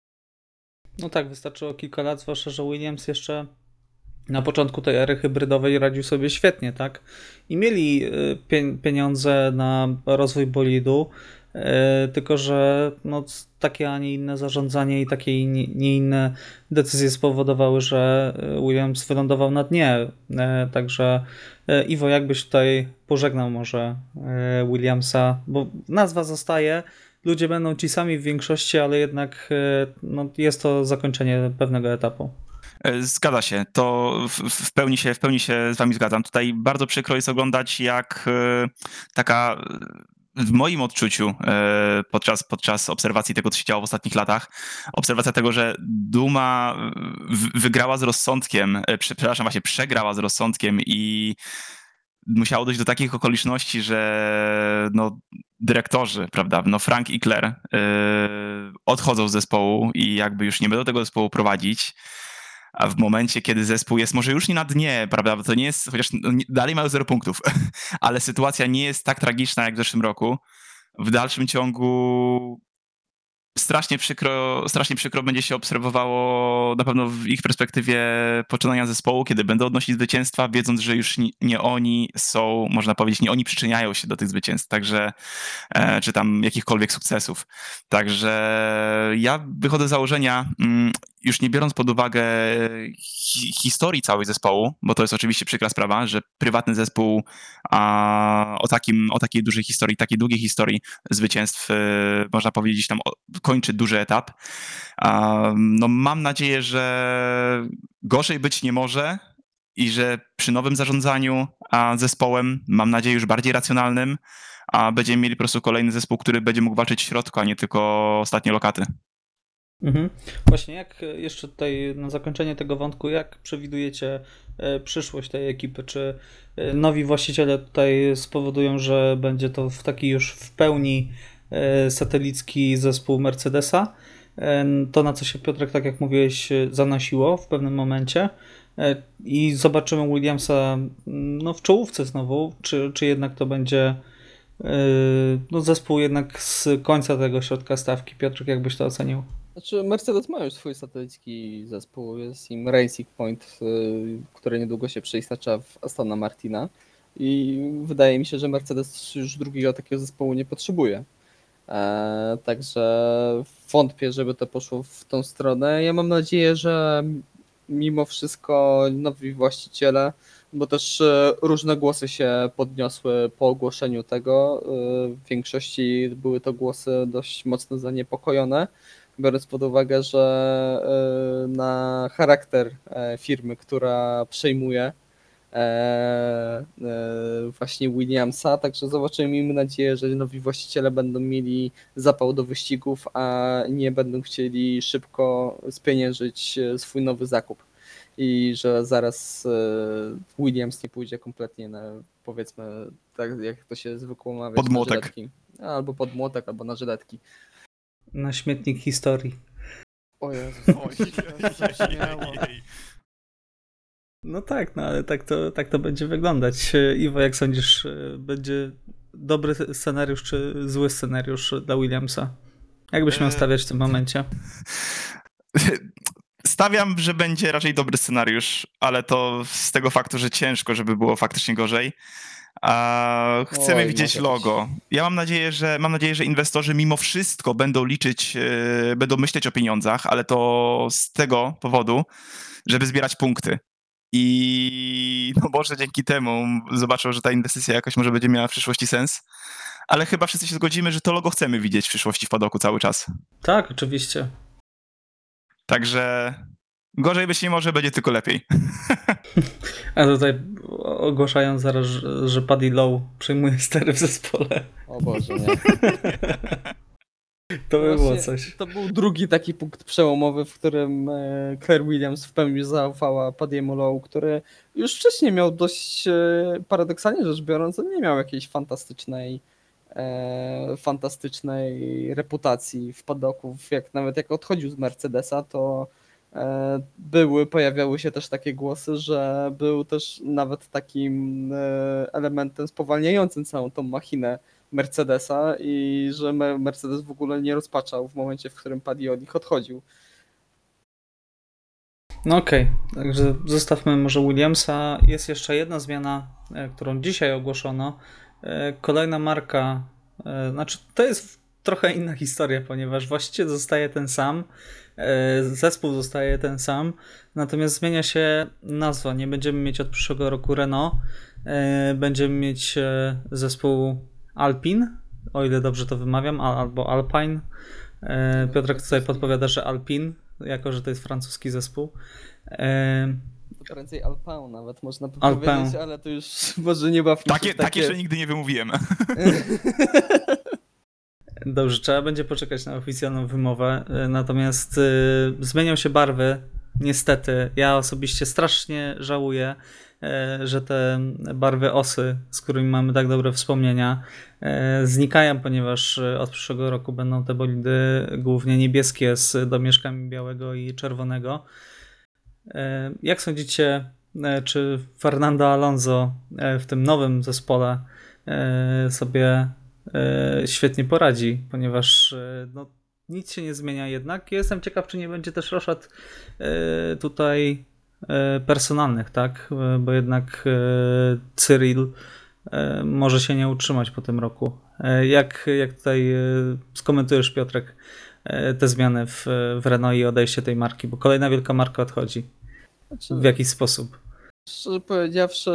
No tak, wystarczyło kilka lat, zwłaszcza, że Williams jeszcze na początku tej ery hybrydowej radził sobie świetnie, tak? I mieli pieniądze na rozwój bolidu, tylko że takie, a nie inne zarządzanie i takie nie inne decyzje spowodowały, że Williams wylądował na dnie. Także Iwo, jakbyś tutaj pożegnał może Williamsa, bo nazwa zostaje, ludzie będą ci sami w większości, ale jednak jest to zakończenie pewnego etapu. Zgadza się, to w pełni się z wami zgadzam. Tutaj bardzo przykro jest oglądać, jak taka w moim odczuciu podczas obserwacji tego, co się działo w ostatnich latach, obserwacja tego, że Duma wygrała z rozsądkiem, przegrała z rozsądkiem i musiało dojść do takich okoliczności, że dyrektorzy, prawda, Frank i Claire odchodzą z zespołu i jakby już nie będą tego zespołu prowadzić, a w momencie, kiedy zespół jest może już nie na dnie, prawda, bo to nie jest, chociaż dalej mają 0 punktów, ale sytuacja nie jest tak tragiczna jak w zeszłym roku. W dalszym ciągu strasznie przykro będzie się obserwowało na pewno w ich perspektywie poczynania zespołu, kiedy będą odnosić zwycięstwa, wiedząc, że już nie oni są, można powiedzieć, nie oni przyczyniają się do tych zwycięstw, także czy tam jakichkolwiek sukcesów. Także ja wychodzę z założenia, już nie biorąc pod uwagę historii całej zespołu, bo to jest oczywiście przykra sprawa, że prywatny zespół o takiej dużej historii, takiej długiej historii zwycięstw, można powiedzieć, tam kończy duży etap. No mam nadzieję, że gorzej być nie może i że przy nowym zarządzaniu zespołem, mam nadzieję już bardziej racjonalnym, będziemy mieli po prostu kolejny zespół, który będzie mógł walczyć w środku, a nie tylko ostatnie lokaty. Właśnie, jak jeszcze tutaj na zakończenie tego wątku, jak przewidujecie przyszłość tej ekipy? Czy nowi właściciele tutaj spowodują, że będzie to w taki już w pełni satelicki zespół Mercedesa? To, na co się Piotrek, tak jak mówiłeś, zanosiło w pewnym momencie i zobaczymy Williamsa w czołówce znowu, czy jednak to będzie zespół jednak z końca tego środka stawki. Piotrek, jak byś to ocenił? Znaczy Mercedes ma już swój satelicki zespół, jest im Racing Point, który niedługo się przeistacza w Astona Martina i wydaje mi się, że Mercedes już drugiego takiego zespołu nie potrzebuje. Także wątpię, żeby to poszło w tą stronę. Ja mam nadzieję, że mimo wszystko nowi właściciele, bo też różne głosy się podniosły po ogłoszeniu tego. W większości były to głosy dość mocno zaniepokojone, biorąc pod uwagę, że na charakter firmy, która przejmuje właśnie Williamsa, także zobaczymy, miejmy nadzieję, że nowi właściciele będą mieli zapał do wyścigów, a nie będą chcieli szybko spieniężyć swój nowy zakup i że zaraz Williams nie pójdzie kompletnie na, powiedzmy, tak jak to się zwykło mawiać, Pod młotek. na żyletki. Albo pod młotek, albo na żyletki. Na śmietnik historii. O Jezus, No tak, ale tak to będzie wyglądać. Iwo, jak sądzisz, będzie dobry scenariusz czy zły scenariusz dla Williamsa? Jak byś miał stawiać w tym momencie? Stawiam, że będzie raczej dobry scenariusz, ale to z tego faktu, że ciężko, żeby było faktycznie gorzej. Chcemy widzieć logo. Ja mam nadzieję, że inwestorzy mimo wszystko będą będą myśleć o pieniądzach, ale to z tego powodu, żeby zbierać punkty. I no może dzięki temu zobaczą, że ta inwestycja jakoś może będzie miała w przyszłości sens. Ale chyba wszyscy się zgodzimy, że to logo chcemy widzieć w przyszłości w padoku cały czas. Tak, oczywiście. Także gorzej być nie może, będzie tylko lepiej. A tutaj ogłaszają zaraz, że Paddy Lowe przejmuje stery w zespole. O Boże, nie. To by było Właśnie coś. To był drugi taki punkt przełomowy, w którym Claire Williams w pełni zaufała Paddy'emu Lowe, który już wcześniej miał dość, paradoksalnie rzecz biorąc, nie miał jakiejś fantastycznej reputacji w paddoku. Nawet jak odchodził z Mercedesa, to pojawiały się też takie głosy, że był też nawet takim elementem spowalniającym całą tą machinę Mercedesa i że Mercedes w ogóle nie rozpaczał w momencie, w którym Paddy od nich odchodził. No okej, także zostawmy może Williamsa. Jest jeszcze jedna zmiana, którą dzisiaj ogłoszono. Kolejna marka, znaczy to jest trochę inna historia, ponieważ właściciel zostaje ten sam, zespół zostaje ten sam, natomiast zmienia się nazwa. Nie będziemy mieć od przyszłego roku Renault, będziemy mieć zespół Alpine, o ile dobrze to wymawiam, albo Alpine. Piotrek tutaj podpowiada, że Alpine, jako że to jest francuski zespół. To prędzej Alpin nawet można by powiedzieć, ale to już może nie bawmy się Takie jeszcze nigdy nie wymówiłem. Dobrze, trzeba będzie poczekać na oficjalną wymowę, natomiast zmienią się barwy, niestety. Ja osobiście strasznie żałuję, że te barwy osy, z którymi mamy tak dobre wspomnienia, znikają, ponieważ od przyszłego roku będą te bolidy głównie niebieskie z domieszkami białego i czerwonego. Jak sądzicie, czy Fernando Alonso w tym nowym zespole sobie świetnie poradzi, ponieważ nic się nie zmienia jednak. Jestem ciekaw, czy nie będzie też roszad tutaj personalnych, tak? Bo jednak Cyril może się nie utrzymać po tym roku. Jak tutaj skomentujesz, Piotrek, te zmiany w Renault i odejście tej marki? Bo kolejna wielka marka odchodzi. Znaczy, W jakiś sposób. szczerze powiedziawszy,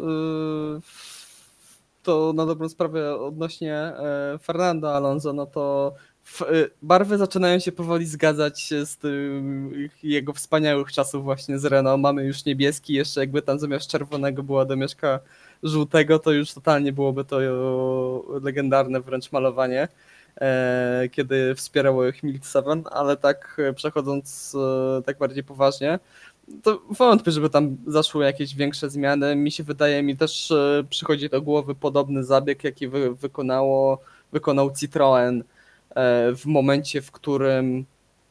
to na dobrą sprawę odnośnie Fernanda Alonso, no to barwy zaczynają się powoli zgadzać z tym jego wspaniałych czasów właśnie z Renault. Mamy już niebieski, jeszcze jakby tam zamiast czerwonego była domieszka żółtego, to już totalnie byłoby to legendarne wręcz malowanie, kiedy wspierało ich Milk 7, ale tak przechodząc tak bardziej poważnie, to wątpię, żeby tam zaszły jakieś większe zmiany. Mi też przychodzi do głowy podobny zabieg, jaki wykonał Citroën w momencie, w którym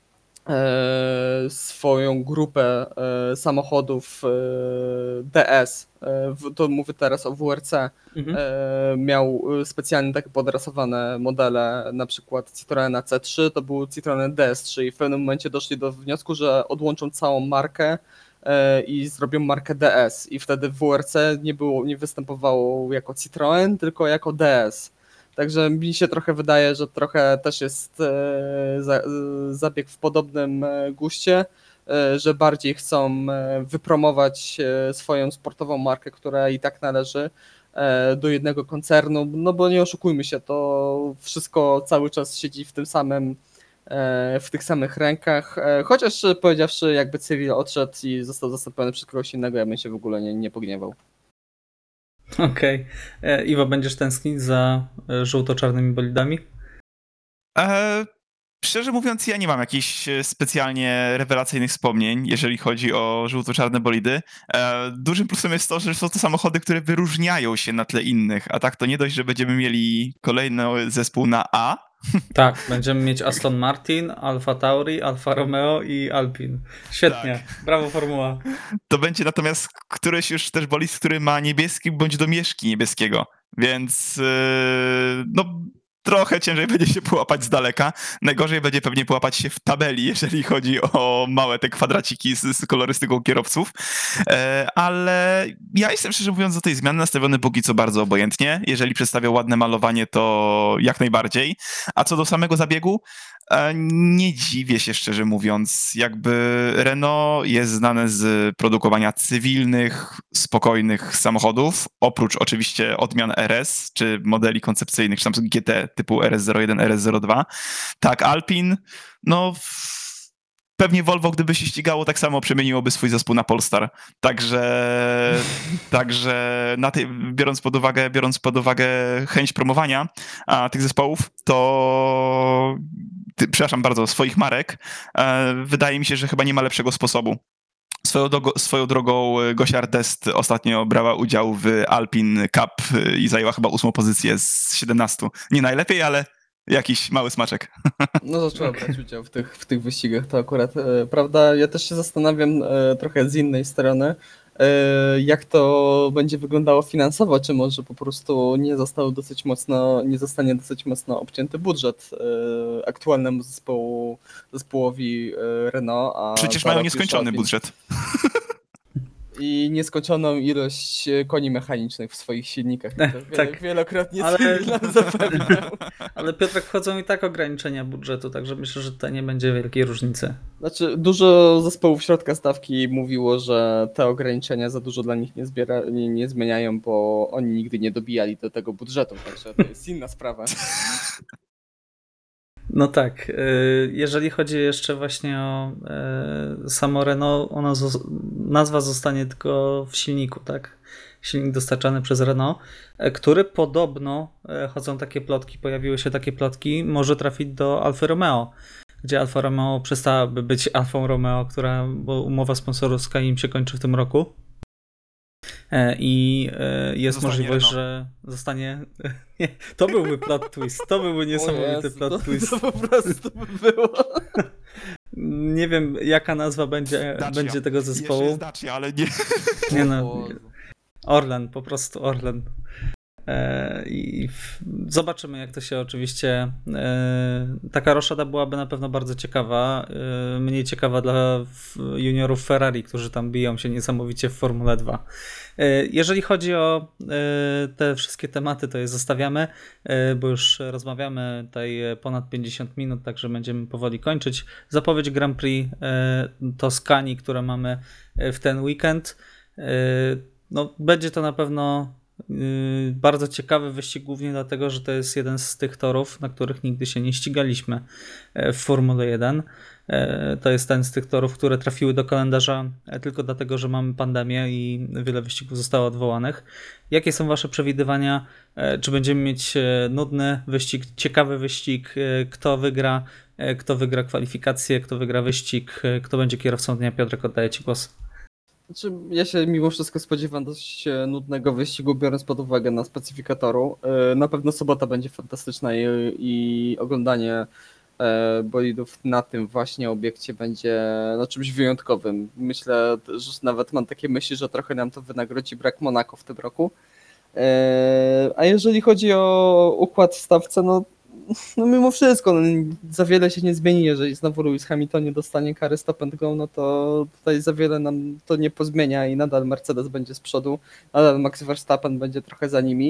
swoją grupę samochodów DS, to mówię teraz o WRC, miał specjalnie takie podrasowane modele, na przykład Citroena C3, to był Citroen DS3 i w pewnym momencie doszli do wniosku, że odłączą całą markę i zrobią markę DS i wtedy WRC nie występowało jako Citroen, tylko jako DS. Także mi się trochę wydaje, że trochę też jest zabieg w podobnym guście, że bardziej chcą wypromować swoją sportową markę, która i tak należy do jednego koncernu, no bo nie oszukujmy się, to wszystko cały czas siedzi w tych samych rękach, chociaż powiedziawszy, jakby Cyril odszedł i został zastąpiony przez kogoś innego, ja bym się w ogóle nie pogniewał. Okej. Iwo, będziesz tęsknić za żółto-czarnymi bolidami? Szczerze mówiąc, ja nie mam jakichś specjalnie rewelacyjnych wspomnień, jeżeli chodzi o żółto-czarne bolidy. Dużym plusem jest to, że są to samochody, które wyróżniają się na tle innych, a tak to nie dość, że będziemy mieli kolejny zespół na A. Tak, będziemy mieć Aston Martin, Alfa Tauri, Alfa Romeo i Alpine. Świetnie, brawo formuła. To będzie natomiast któryś już też bolid, który ma niebieski bądź domieszki niebieskiego, więc no trochę ciężej będzie się połapać z daleka. Najgorzej będzie pewnie połapać się w tabeli, jeżeli chodzi o małe te kwadraciki z kolorystyką kierowców. Ale ja jestem szczerze mówiąc do tej zmiany nastawiony póki co bardzo obojętnie. Jeżeli przedstawią ładne malowanie, to jak najbardziej. A co do samego zabiegu, nie dziwię się szczerze mówiąc. Jakby Renault jest znane z produkowania cywilnych, spokojnych samochodów, oprócz oczywiście odmian RS, czy modeli koncepcyjnych, czy tam GT typu RS01, RS02. Tak, Alpine, no pewnie Volvo, gdyby się ścigało, tak samo przemieniłoby swój zespół na Polestar. Także biorąc pod uwagę chęć promowania tych zespołów, to przepraszam bardzo, swoich marek, wydaje mi się, że chyba nie ma lepszego sposobu. Swoją drogą Gosia Ardest ostatnio brała udział w Alpine Cup i zajęła chyba 8. pozycję z 17. Nie najlepiej, ale jakiś mały smaczek. No zaczęła brać udział w tych wyścigach, to akurat prawda. Ja też się zastanawiam trochę z innej strony, jak to będzie wyglądało finansowo, czy może po prostu nie zostanie dosyć mocno obcięty budżet aktualnemu zespołowi Renault. A przecież mają nieskończony budżet. I nieskończoną ilość koni mechanicznych w swoich silnikach. Tak. Wielokrotnie Ale- nam zapewniał. Ale Piotrek, wchodzą i tak ograniczenia budżetu, także myślę, że tutaj nie będzie wielkiej różnicy. Znaczy, dużo zespołów środka stawki mówiło, że te ograniczenia za dużo dla nich nie zmieniają, bo oni nigdy nie dobijali do tego budżetu, także to jest inna sprawa. No tak, jeżeli chodzi jeszcze właśnie o samo Renault, nazwa zostanie tylko w silniku, tak? Silnik dostarczany przez Renault, który podobno, chodzą takie plotki, pojawiły się takie plotki, może trafić do Alfy Romeo, gdzie Alfa Romeo przestałaby być Alfą Romeo, bo umowa sponsorowska im się kończy w tym roku. I jest Zostanie możliwość, Renault. że zostanie... Nie, to byłby plot twist, to byłby niesamowity plot twist. To po prostu by było. Nie wiem, jaka nazwa będzie tego Jeszcze zespołu. jest Dacia, ale nie. Nie no, Orlen, po prostu Orlen. Zobaczymy, jak to się oczywiście... Taka roszada byłaby na pewno bardzo ciekawa. Mniej ciekawa dla juniorów Ferrari, którzy tam biją się niesamowicie w Formule 2. Jeżeli chodzi o te wszystkie tematy, to je zostawiamy, bo już rozmawiamy tutaj ponad 50 minut, także będziemy powoli kończyć. Zapowiedź Grand Prix Toskanii, które mamy w ten weekend. No, będzie to na pewno bardzo ciekawy wyścig, głównie dlatego, że to jest jeden z tych torów, na których nigdy się nie ścigaliśmy w Formule 1. To jest ten z tych torów, które trafiły do kalendarza tylko dlatego, że mamy pandemię i wiele wyścigów zostało odwołanych. Jakie są wasze przewidywania? Czy będziemy mieć nudny wyścig, ciekawy wyścig? Kto wygra? Kto wygra kwalifikacje? Kto wygra wyścig? Kto będzie kierowcą dnia? Piotrek, oddaję ci głos. Znaczy, ja się mimo wszystko spodziewam dość nudnego wyścigu, biorąc pod uwagę na specyfikatoru. Na pewno sobota będzie fantastyczna i oglądanie bolidów na tym właśnie obiekcie będzie no, czymś wyjątkowym. Myślę, że nawet mam takie myśli, że trochę nam to wynagrodzi brak Monako w tym roku. A jeżeli chodzi o układ w stawce, no mimo wszystko za wiele się nie zmieni, jeżeli znowu Lewis Hamilton nie dostanie kary stop and go, no to tutaj za wiele nam to nie pozmienia i nadal Mercedes będzie z przodu, nadal Max Verstappen będzie trochę za nimi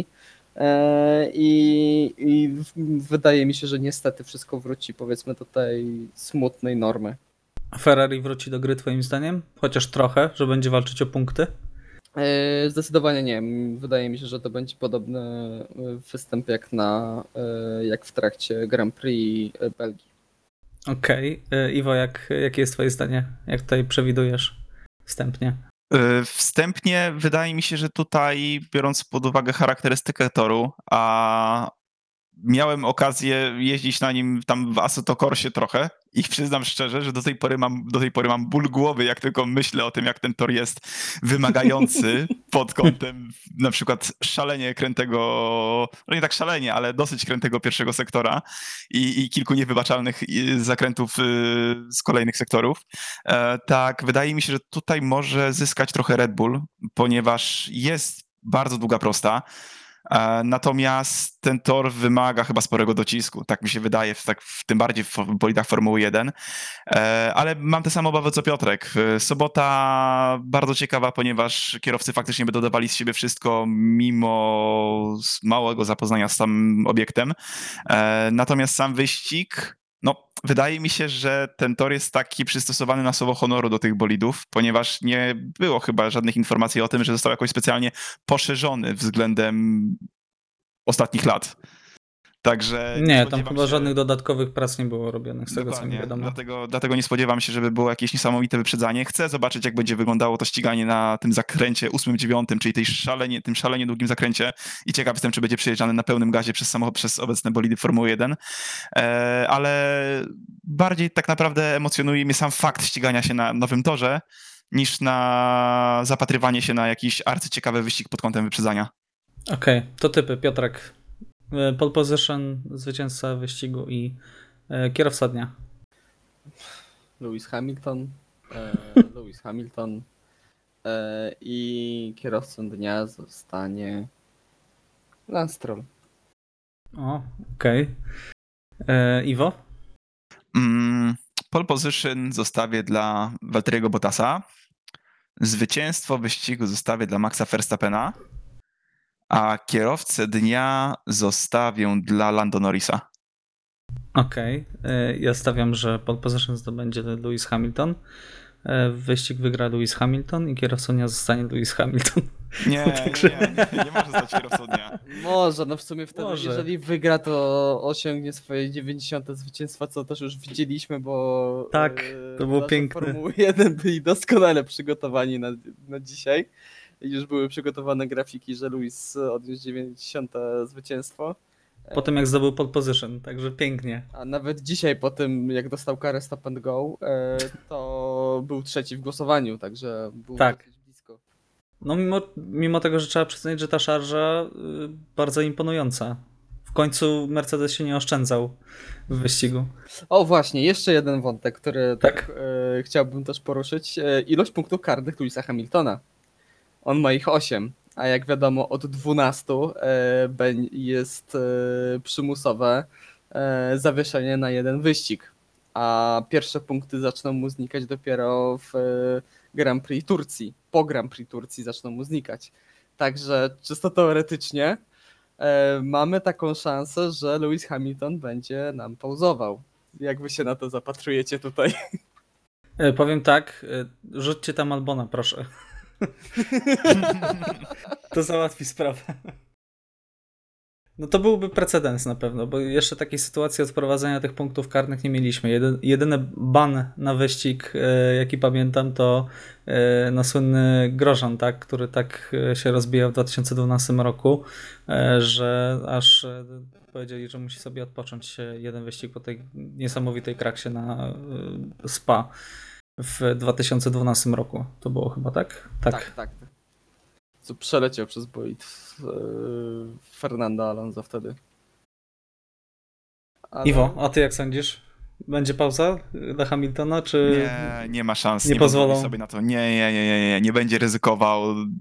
i wydaje mi się, że niestety wszystko wróci powiedzmy do tej smutnej normy. Ferrari wróci do gry twoim zdaniem? Chociaż trochę, że będzie walczyć o punkty? Zdecydowanie nie. Wydaje mi się, że to będzie podobny występ jak w trakcie Grand Prix Belgii. Okej. Iwo, jakie jest twoje zdanie? Jak tutaj przewidujesz wstępnie? Wstępnie wydaje mi się, że tutaj, biorąc pod uwagę charakterystykę toru, a miałem okazję jeździć na nim tam w Assetto Corsie trochę i przyznam szczerze, że do tej pory mam ból głowy, jak tylko myślę o tym, jak ten tor jest wymagający pod kątem na przykład szalenie krętego, no nie tak szalenie, ale dosyć krętego pierwszego sektora i kilku niewybaczalnych zakrętów z kolejnych sektorów. Tak, wydaje mi się, że tutaj może zyskać trochę Red Bull, ponieważ jest bardzo długa prosta. Natomiast ten tor wymaga chyba sporego docisku, tak mi się wydaje, tym bardziej w bolidach Formuły 1, ale mam te same obawy co Piotrek. Sobota bardzo ciekawa, ponieważ kierowcy faktycznie będą dawali z siebie wszystko mimo małego zapoznania z samym obiektem, natomiast sam wyścig, no wydaje mi się, że ten tor jest taki przystosowany na słowo honoru do tych bolidów, ponieważ nie było chyba żadnych informacji o tym, że został jakoś specjalnie poszerzony względem ostatnich lat. Także Nie, tam chyba żadnych dodatkowych prac nie było robionych, z tego co mi dokładnie, wiadomo. dlatego nie spodziewam się, żeby było jakieś niesamowite wyprzedzanie. Chcę zobaczyć, jak będzie wyglądało to ściganie na tym zakręcie 8-9, czyli tym szalenie długim zakręcie i ciekaw jestem, czy będzie przejeżdżany na pełnym gazie przez obecne bolidy Formuły 1. Ale bardziej tak naprawdę emocjonuje mnie sam fakt ścigania się na nowym torze, niż na zapatrywanie się na jakiś arcyciekawy wyścig pod kątem wyprzedzania. Okej, to typy. Piotrek. Pole position, zwycięzca wyścigu i kierowca dnia. Lewis Hamilton i kierowcą dnia zostanie Lance Stroll. O, okej. Iwo? Pole position zostawię dla Valtteriego Bottasa. Zwycięstwo wyścigu zostawię dla Maxa Verstappena. A kierowcę dnia zostawię dla Lando Norrisa. Okej. Ja stawiam, że pole position zdobędzie Lewis Hamilton. Wyścig wygra Lewis Hamilton i kierowcą dnia zostanie Lewis Hamilton. Nie może zostać kierowcą dnia. Może, no w sumie wtedy, Może. jeżeli wygra, to osiągnie swoje 90. zwycięstwa, co też już widzieliśmy, bo Tak, to było nasze piękne. Formuły 1 byli doskonale przygotowani na dzisiaj. Już były przygotowane grafiki, że Lewis odniósł 90. zwycięstwo. Potem jak zdobył pole position, także pięknie. A nawet dzisiaj po tym, jak dostał karę stop and go, to był trzeci w głosowaniu, także był Tak. dosyć blisko. No mimo tego, że trzeba przyznać, że ta szarża bardzo imponująca. W końcu Mercedes się nie oszczędzał w wyścigu. O właśnie, jeszcze jeden wątek, który Tak. chciałbym też poruszyć. Ilość punktów karnych Lewisa Hamiltona. On ma ich 8. a jak wiadomo od 12 jest przymusowe zawieszenie na jeden wyścig, a pierwsze punkty zaczną mu znikać dopiero w Grand Prix Turcji. Po Grand Prix Turcji zaczną mu znikać. Także czysto teoretycznie mamy taką szansę, że Lewis Hamilton będzie nam pauzował. Jak wy się na to zapatrujecie tutaj? Powiem tak, rzućcie tam Albona, proszę. To załatwi sprawę. No to byłby precedens na pewno, bo jeszcze takiej sytuacji odprowadzenia tych punktów karnych nie mieliśmy. Jedyny ban na wyścig, jaki pamiętam, to no, słynny Grosjean, tak, który tak się rozbijał w 2012 roku, że aż powiedzieli, że musi sobie odpocząć jeden wyścig po tej niesamowitej kraksie na Spa w 2012 roku. To było chyba tak? Tak. Co przeleciał przez bolid Fernanda Alonso wtedy. Ale... Iwo, a ty jak sądzisz? Będzie pauza dla Hamiltona, czy... Nie ma szans. nie pozwolą? pozwoli sobie na to. Nie będzie ryzykował.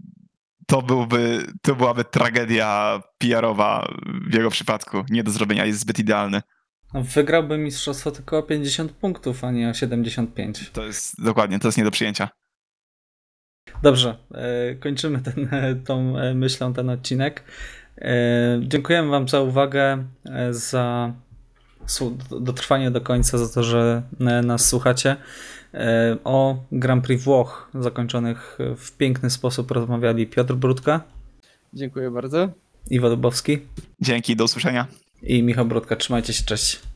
To byłaby tragedia PR-owa w jego przypadku. Nie do zrobienia, jest zbyt idealny. No, wygrałby mistrzostwo tylko o 50 punktów, a nie o 75. To jest dokładnie, to jest nie do przyjęcia. Dobrze, kończymy tą myślą ten odcinek. Dziękujemy wam za uwagę, za dotrwanie do końca, za to, że nas słuchacie. O Grand Prix Włoch zakończonych w piękny sposób rozmawiali Piotr Brudka, Dziękuję bardzo. Iwo Dubowski Dzięki, do usłyszenia. i Michał Brudka. Trzymajcie się, cześć.